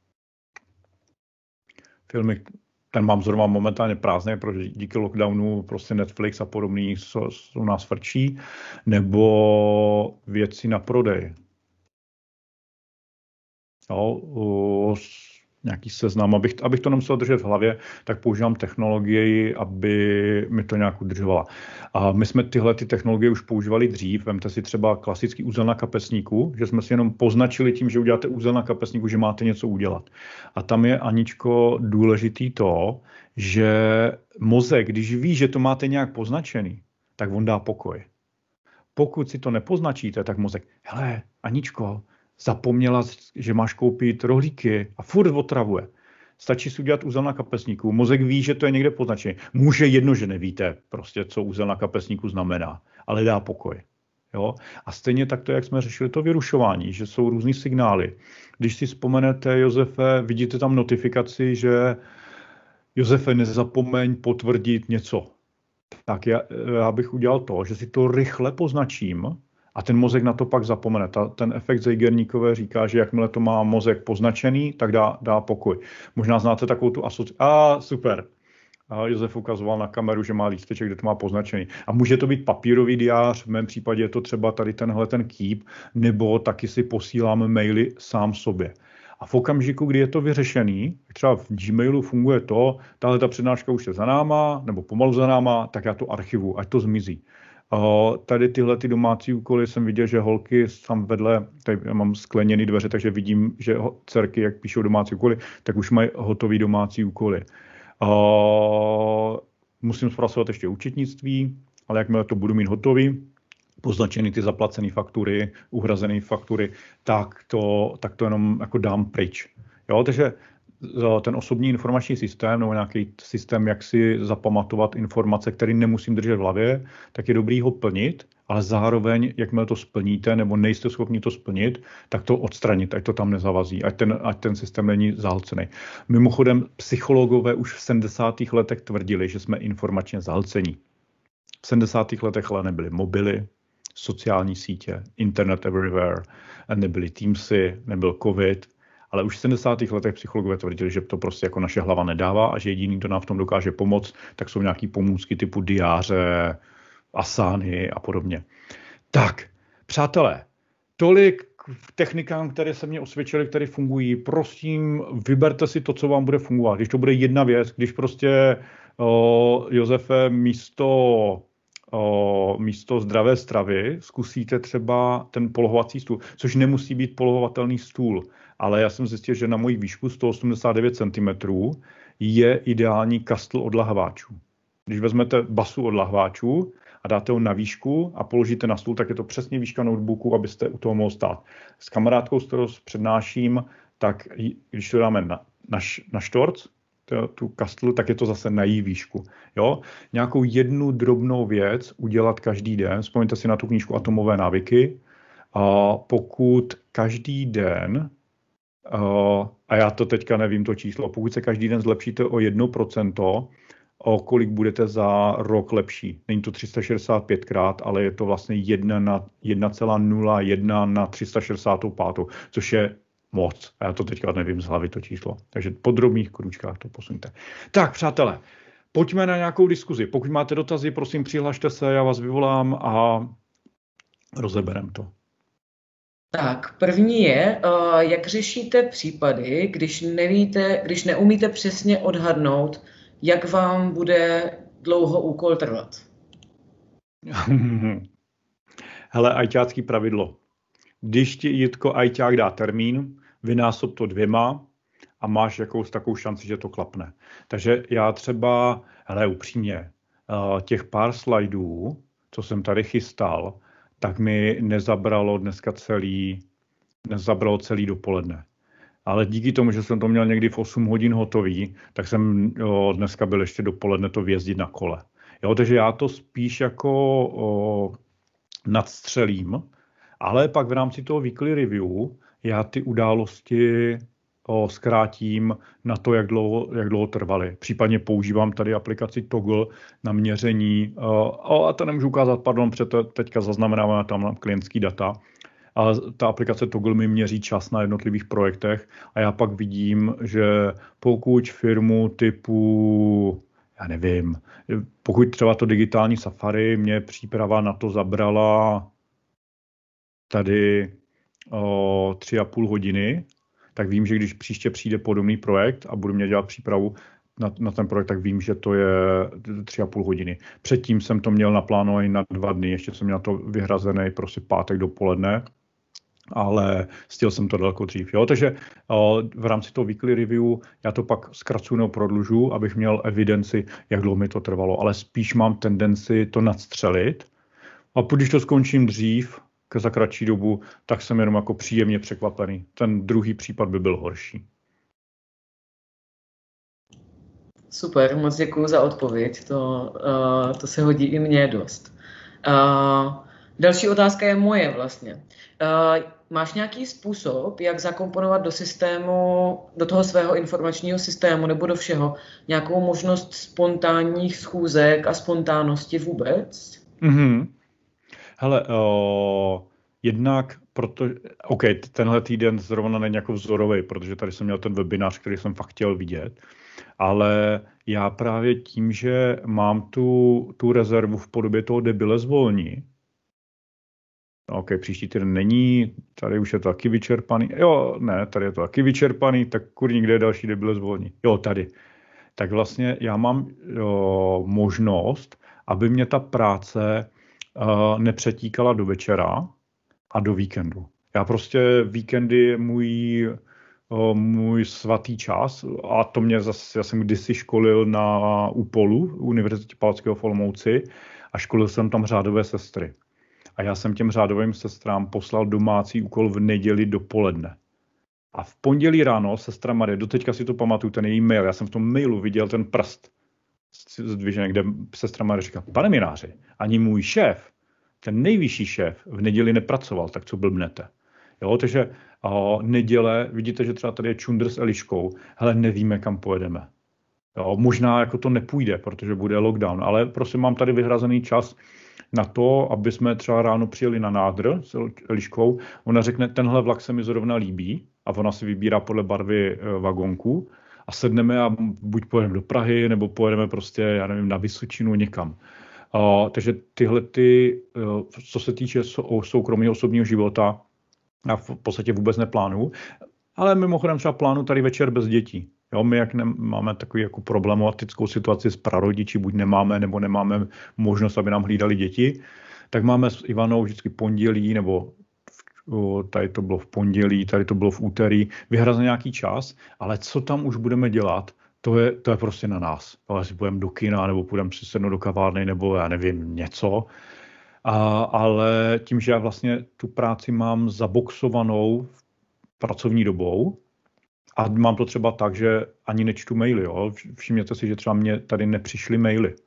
Filmy, ten mám zrovna momentálně prázdný, protože díky lockdownu prostě Netflix a podobný u nás frčí, nebo věci na prodej. Jo, uh, nějaký seznam, abych, abych to nemusel držet v hlavě, tak používám technologii, aby mi to nějak udržovala. A my jsme tyhle ty technologie už používali dřív. Vemte si třeba klasický úzel na kapesníku, že jsme si jenom poznačili tím, že uděláte úzel na kapesníku, že máte něco udělat. A tam je, Aničko, důležitý to, že mozek, když ví, že to máte nějak poznačený, tak on dá pokoj. Pokud si to nepoznačíte, tak mozek, hele, Aničko, zapomněla, že máš koupit rohlíky a furt otravuje. Stačí si udělat úzel na kapesníku. Mozek ví, že to je někde poznačené. Může jedno, že nevíte, prostě, co úzel na kapesníku znamená, ale dá pokoj. Jo? A stejně tak to, jak jsme řešili to vyrušování, že jsou různý signály. Když si vzpomenete, Josefe, vidíte tam notifikaci, že Josefe, nezapomeň potvrdit něco. Tak já, já bych udělal to, že si to rychle poznačím a ten mozek na to pak zapomene. Ta, ten efekt Zeigerníkové říká, že jakmile to má mozek poznačený, tak dá, dá pokoj. Možná znáte takovou tu asociaci. A super. A Josef ukazoval na kameru, že má lísteček, kde to má poznačený. A může to být papírový diář, v mém případě je to třeba tady tenhle ten Keep, nebo taky si posílám maily sám sobě. A v okamžiku, kdy je to vyřešený, třeba v Gmailu funguje to, tahle ta přednáška už je za náma, nebo pomalu za náma, tak já to archivu, ať to zmizí. Uh, tady tyhle ty domácí úkoly jsem viděl, že holky tam vedle, tady já mám skleněný dveře, takže vidím, že dcerky, jak píšou domácí úkoly, tak už mají hotový domácí úkoly. Uh, musím zpracovat ještě účetnictví, ale jakmile to budu mít hotový, poznačený ty zaplacené faktury, uhrazené faktury, tak to, tak to jenom jako dám pryč. Jo, takže ten osobní informační systém nebo nějaký systém, jak si zapamatovat informace, které nemusím držet v hlavě, tak je dobrý ho plnit, ale zároveň, jakmile to splníte nebo nejste schopni to splnit, tak to odstranit, ať to tam nezavazí, ať ten, ať ten systém není zahlcený. Mimochodem, psychologové už v sedmdesátých letech tvrdili, že jsme informačně zahlcení. V sedmdesátých letech ale nebyly mobily, sociální sítě, internet everywhere, nebyly Teamsy, nebyl covid, ale už v sedmdesátých letech psychologové tvrdili, že to prostě jako naše hlava nedává a že jediný, kdo nám v tom dokáže pomoct, tak jsou nějaký pomůcky typu diáře, asány a podobně. Tak, přátelé, tolik k technikám, které se mě osvědčily, které fungují. Prosím, vyberte si to, co vám bude fungovat. Když to bude jedna věc, když prostě o, Josefe místo O, místo zdravé stravy zkusíte třeba ten polohovací stůl, což nemusí být polohovatelný stůl, ale já jsem zjistil, že na moji výšku sto osmdesát devět centimetrů je ideální kastl od lahváčů. Když vezmete basu od lahváčů a dáte ho na výšku a položíte na stůl, tak je to přesně výška notebooku, abyste u toho mohl stát. S kamarádkou, s kterou přednáším, tak když to dáme na, na, na štorc, tu kastlu, tak je to zase na její výšku. Jo? Nějakou jednu drobnou věc udělat každý den. Vzpomeňte si na tu knížku Atomové návyky. A pokud každý den, a já to teďka nevím to číslo, pokud se každý den zlepšíte o jedno procento, o kolik budete za rok lepší. Není to tři sta šedesát pět krát, ale je to vlastně jedna celá nula jedna na tři sta šedesát pět, což je moc. A já to teďka nevím z hlavy to číslo. Takže po drobných kručkách to posuňte. Tak, přátelé, pojďme na nějakou diskuzi. Pokud máte dotazy, prosím, přihlašte se, já vás vyvolám a rozeberem to. Tak, první je, uh, jak řešíte případy, když nevíte, když neumíte přesně odhadnout, jak vám bude dlouho úkol trvat. Hele, ajťácký pravidlo. Když ti Jitko ajťák dá termín, vynásob to dvěma a máš jakous takovou šanci, že to klapne. Takže já třeba, hele, upřímně, těch pár slajdů, co jsem tady chystal, tak mi nezabralo dneska celý, nezabralo celý dopoledne. Ale díky tomu, že jsem to měl někdy v osm hodin hotový, tak jsem jo, dneska byl ještě dopoledne to vjezdit na kole. Jo, takže já to spíš jako o, nadstřelím, ale pak v rámci toho weekly review já ty události o, zkrátím na to, jak dlouho, jak dlouho trvaly. Případně používám tady aplikaci Toggle na měření, o, a to nemůžu ukázat, pardon, protože teďka zaznamenáváme tam klientský data, ale ta aplikace Toggle mi měří čas na jednotlivých projektech a já pak vidím, že pokud firmu typu, já nevím, pokud třeba to digitální Safari, mě příprava na to zabrala tady o, tři a půl hodiny, tak vím, že když příště přijde podobný projekt a budu mě dělat přípravu na, na ten projekt, tak vím, že to je tři a půl hodiny. Předtím jsem to měl naplánovaný na dva dny, ještě jsem měl to vyhrazený prostě pátek dopoledne, ale stihl jsem to daleko dřív. Jo? Takže o, v rámci toho weekly review já to pak zkracuju nebo prodlužu, abych měl evidenci, jak dlouho mi to trvalo, ale spíš mám tendenci to nadstřelit. A když to skončím dřív, za kratší dobu, tak jsem jenom jako příjemně překvapený. Ten druhý případ by byl horší. Super, moc děkuju za odpověď. To, uh, to se hodí i mně dost. Uh, další otázka je moje vlastně. Uh, máš nějaký způsob, jak zakomponovat do systému, do toho svého informačního systému nebo do všeho, nějakou možnost spontánních schůzek a spontánnosti vůbec? Mm-hmm. Hele, uh, jednak, proto, OK, tenhle týden zrovna není jako vzorový, protože tady jsem měl ten webinář, který jsem fakt chtěl vidět, ale já právě tím, že mám tu, tu rezervu v podobě toho debile zvolní, OK, příští týden není, tady už je to taky vyčerpaný, jo, ne, tady je to taky vyčerpaný, tak kurník, kde je další debile zvolní, jo, tady. Tak vlastně já mám jo, možnost, aby mě ta práce Uh, nepřetíkala do večera a do víkendu. Já prostě víkendy je můj, uh, můj svatý čas a to mě zase, já jsem kdysi školil na Úpolu, Univerzitě Palackého v Olomouci a školil jsem tam řádové sestry. A já jsem těm řádovým sestrám poslal domácí úkol v neděli dopoledne. A v pondělí ráno sestra Marie, doteďka si to pamatuju, ten její mail, já jsem v tom mailu viděl ten prst zdvižený, kde sestra Marie říká, pane Mináři, ani můj šéf, ten nejvyšší šéf, v neděli nepracoval, tak co blbnete. Jo, takže o, neděle, vidíte, že třeba tady je čundr s Eliškou, hele, nevíme, kam pojedeme. Jo, možná jako to nepůjde, protože bude lockdown, ale prostě mám tady vyhrazený čas na to, aby jsme třeba ráno přijeli na nádr s Eliškou. Ona řekne, tenhle vlak se mi zrovna líbí a ona si vybírá podle barvy e, vagonku a sedneme a buď pojedeme do Prahy, nebo pojedeme prostě, já nevím, na Vysočinu někam. Uh, takže tyhle, ty, uh, co se týče sou, soukromého osobního života, já v podstatě vůbec neplánuju, ale mimochodem třeba plánu tady večer bez dětí. Jo, my jak ne, máme takovou jako problematickou situaci s prarodiči, buď nemáme, nebo nemáme možnost, aby nám hlídali děti, tak máme s Ivanou vždycky pondělí, nebo tady to bylo v pondělí, tady to bylo v úterý, vyhrazen nějaký čas, ale co tam už budeme dělat, to je, to je prostě na nás. Ale si půjdeme do kina, nebo půjdeme přisednout do kavárny, nebo já nevím, něco. A, ale tím, že já vlastně tu práci mám zaboxovanou pracovní dobou a mám to třeba tak, že ani nečtu maily. Jo. Všimněte si, že třeba mě tady nepřišly maily.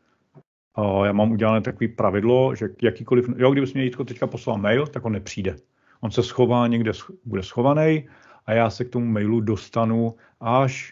A já mám udělané takové pravidlo, že jakýkoliv, jo, kdybys mě Jitko teďka poslal mail, tak on nepřijde. On se schová někde, bude schovaný a já se k tomu mailu dostanu až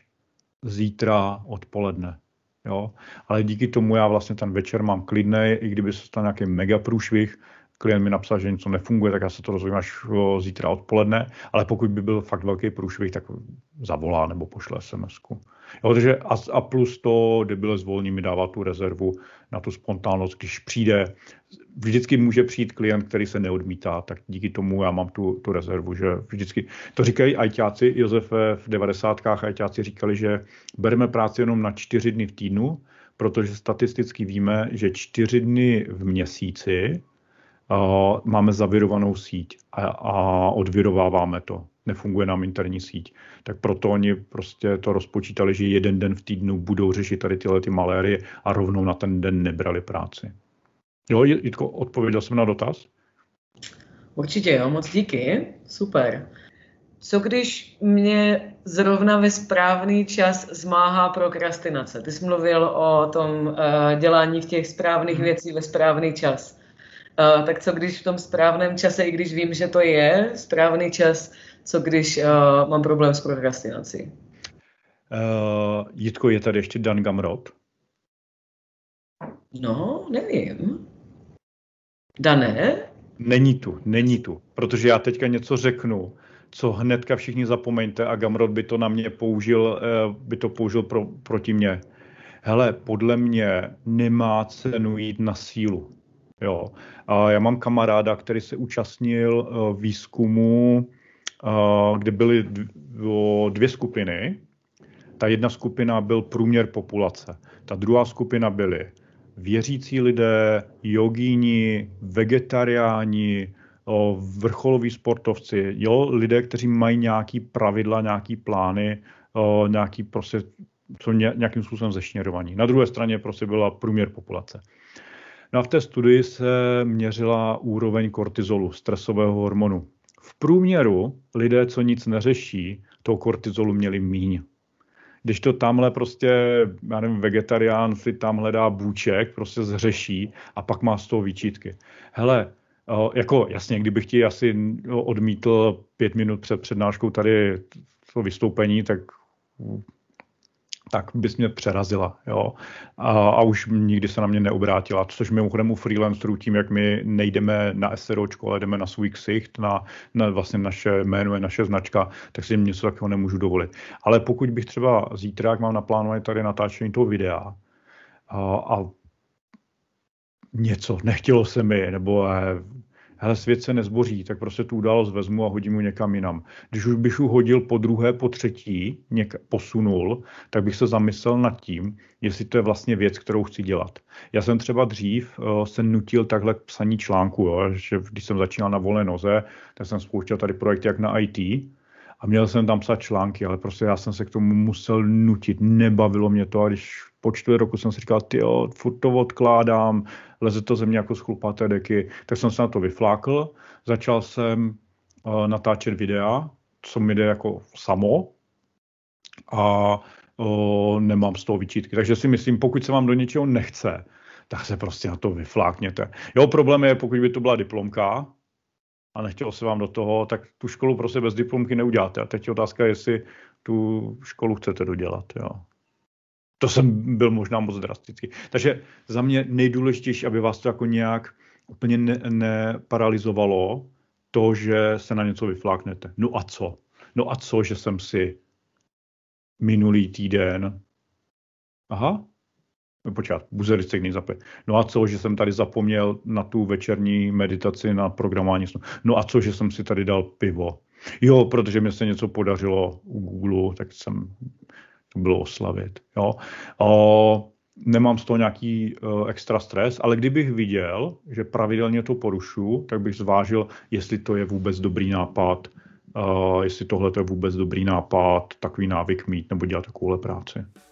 zítra odpoledne. Jo? Ale díky tomu já vlastně ten večer mám klidnej, i kdyby se stal nějaký mega průšvih, klient mi napsal, že něco nefunguje, tak já se to rozumím až o, zítra odpoledne, ale pokud by byl fakt velký průšvih, tak zavolá nebo pošle SMSku. Jo, takže a, a plus to debile zvolní mi dává tu rezervu na tu spontánnost, když přijde, vždycky může přijít klient, který se neodmítá, tak díky tomu já mám tu, tu rezervu, že vždycky, to říkají ajťáci, Josef v devadesátkách ajťáci říkali, že bereme práci jenom na čtyři dny v týdnu, protože statisticky víme, že čtyři dny v měsíci Uh, máme zavirovanou síť a, a odvirováváme to. Nefunguje nám interní síť. Tak proto oni prostě to rozpočítali, že jeden den v týdnu budou řešit tady tyhle ty malérie a rovnou na ten den nebrali práci. Jo, Jitko, odpověděl jsem na dotaz? Určitě jo, moc díky. Super. Co když mě zrovna ve správný čas zmáhá prokrastinace? Ty jsi mluvil o tom uh, dělání těch správných věcí ve správný čas. Uh, tak co když v tom správném čase, i když vím, že to je správný čas, co když uh, mám problém s prokrastinací? Uh, Jitko, je tady ještě Dan Gamrot? No, nevím. Dané? Není tu, není tu, protože já teďka něco řeknu, co hnedka všichni zapomeňte a Gamrot by to na mě použil, uh, by to použil pro, proti mně. Hele, podle mě nemá cenu jít na sílu. Jo. A já mám kamaráda, který se účastnil výzkumu kde byly dvě skupiny. Ta jedna skupina byl průměr populace. Ta druhá skupina byly věřící lidé, jogíni, vegetariáni, vrcholoví sportovci, jo, lidé, kteří mají nějaký pravidla, nějaký plány, nějaký prostě, jsou nějakým způsobem zešněrovaní. Na druhé straně prostě byla průměr populace. No a v té studii se měřila úroveň kortizolu, stresového hormonu. V průměru lidé, co nic neřeší, toho kortizolu měli míň. Když to tamhle prostě, já nevím, vegetarián si tam hledá bůček, prostě zřeší a pak má z toho výčitky. Hele, jako jasně, kdybych ti asi odmítl pět minut před přednáškou tady to vystoupení, tak, tak bys mě přerazila, jo. A, a už nikdy se na mě neobrátila, což mimochodem u freelancerů tím, jak my nejdeme na SROčko, ale jdeme na svůj ksicht, na, na vlastně naše jméno je naše značka, tak si něco takového nemůžu dovolit. Ale pokud bych třeba zítra, jak mám naplánované tady natáčení toho videa a, a něco, nechtělo se mi, nebo hele, svět se nezboří, tak prostě tu událost vezmu a hodím mu někam jinam. Když už bych ho hodil po druhé, po třetí, něk- posunul, tak bych se zamyslel nad tím, jestli to je vlastně věc, kterou chci dělat. Já jsem třeba dřív uh, se nutil takhle k psaní článku, jo, že když jsem začínal na volné noze, tak jsem spouštěl tady projekty jak na í té a měl jsem tam psát články, ale prostě já jsem se k tomu musel nutit, nebavilo mě to a když po čtvrt roku jsem si říkal, tyjo, furt to odkládám, leze to ze mě jako z chlupaté deky, tak jsem se na to vyflákl, začal jsem uh, natáčet videa, co mi jde jako samo a uh, nemám z toho výčitky. Takže si myslím, pokud se vám do něčeho nechce, tak se prostě na to vyflákněte. Jo, problém je, pokud by to byla diplomka a nechtělo se vám do toho, tak tu školu prostě bez diplomky neuděláte. A teď je otázka, jestli tu školu chcete dodělat, jo. To jsem byl možná moc drastický. Takže za mě nejdůležitější, aby vás to jako nějak úplně ne, neparalyzovalo, to, že se na něco vyfláknete. No a co? No a co, že jsem si minulý týden... Aha, počkat, buzerice knihy zapět. No a co, že jsem tady zapomněl na tu večerní meditaci na programování snu. No a co, že jsem si tady dal pivo. Jo, protože mi se něco podařilo u Google, tak jsem... bylo oslavit. Jo. O, nemám z toho nějaký uh, extra stres, ale kdybych viděl, že pravidelně to porušuju, tak bych zvážil, jestli to je vůbec dobrý nápad, uh, jestli tohle je vůbec dobrý nápad, takový návyk mít nebo dělat takovouhle práci.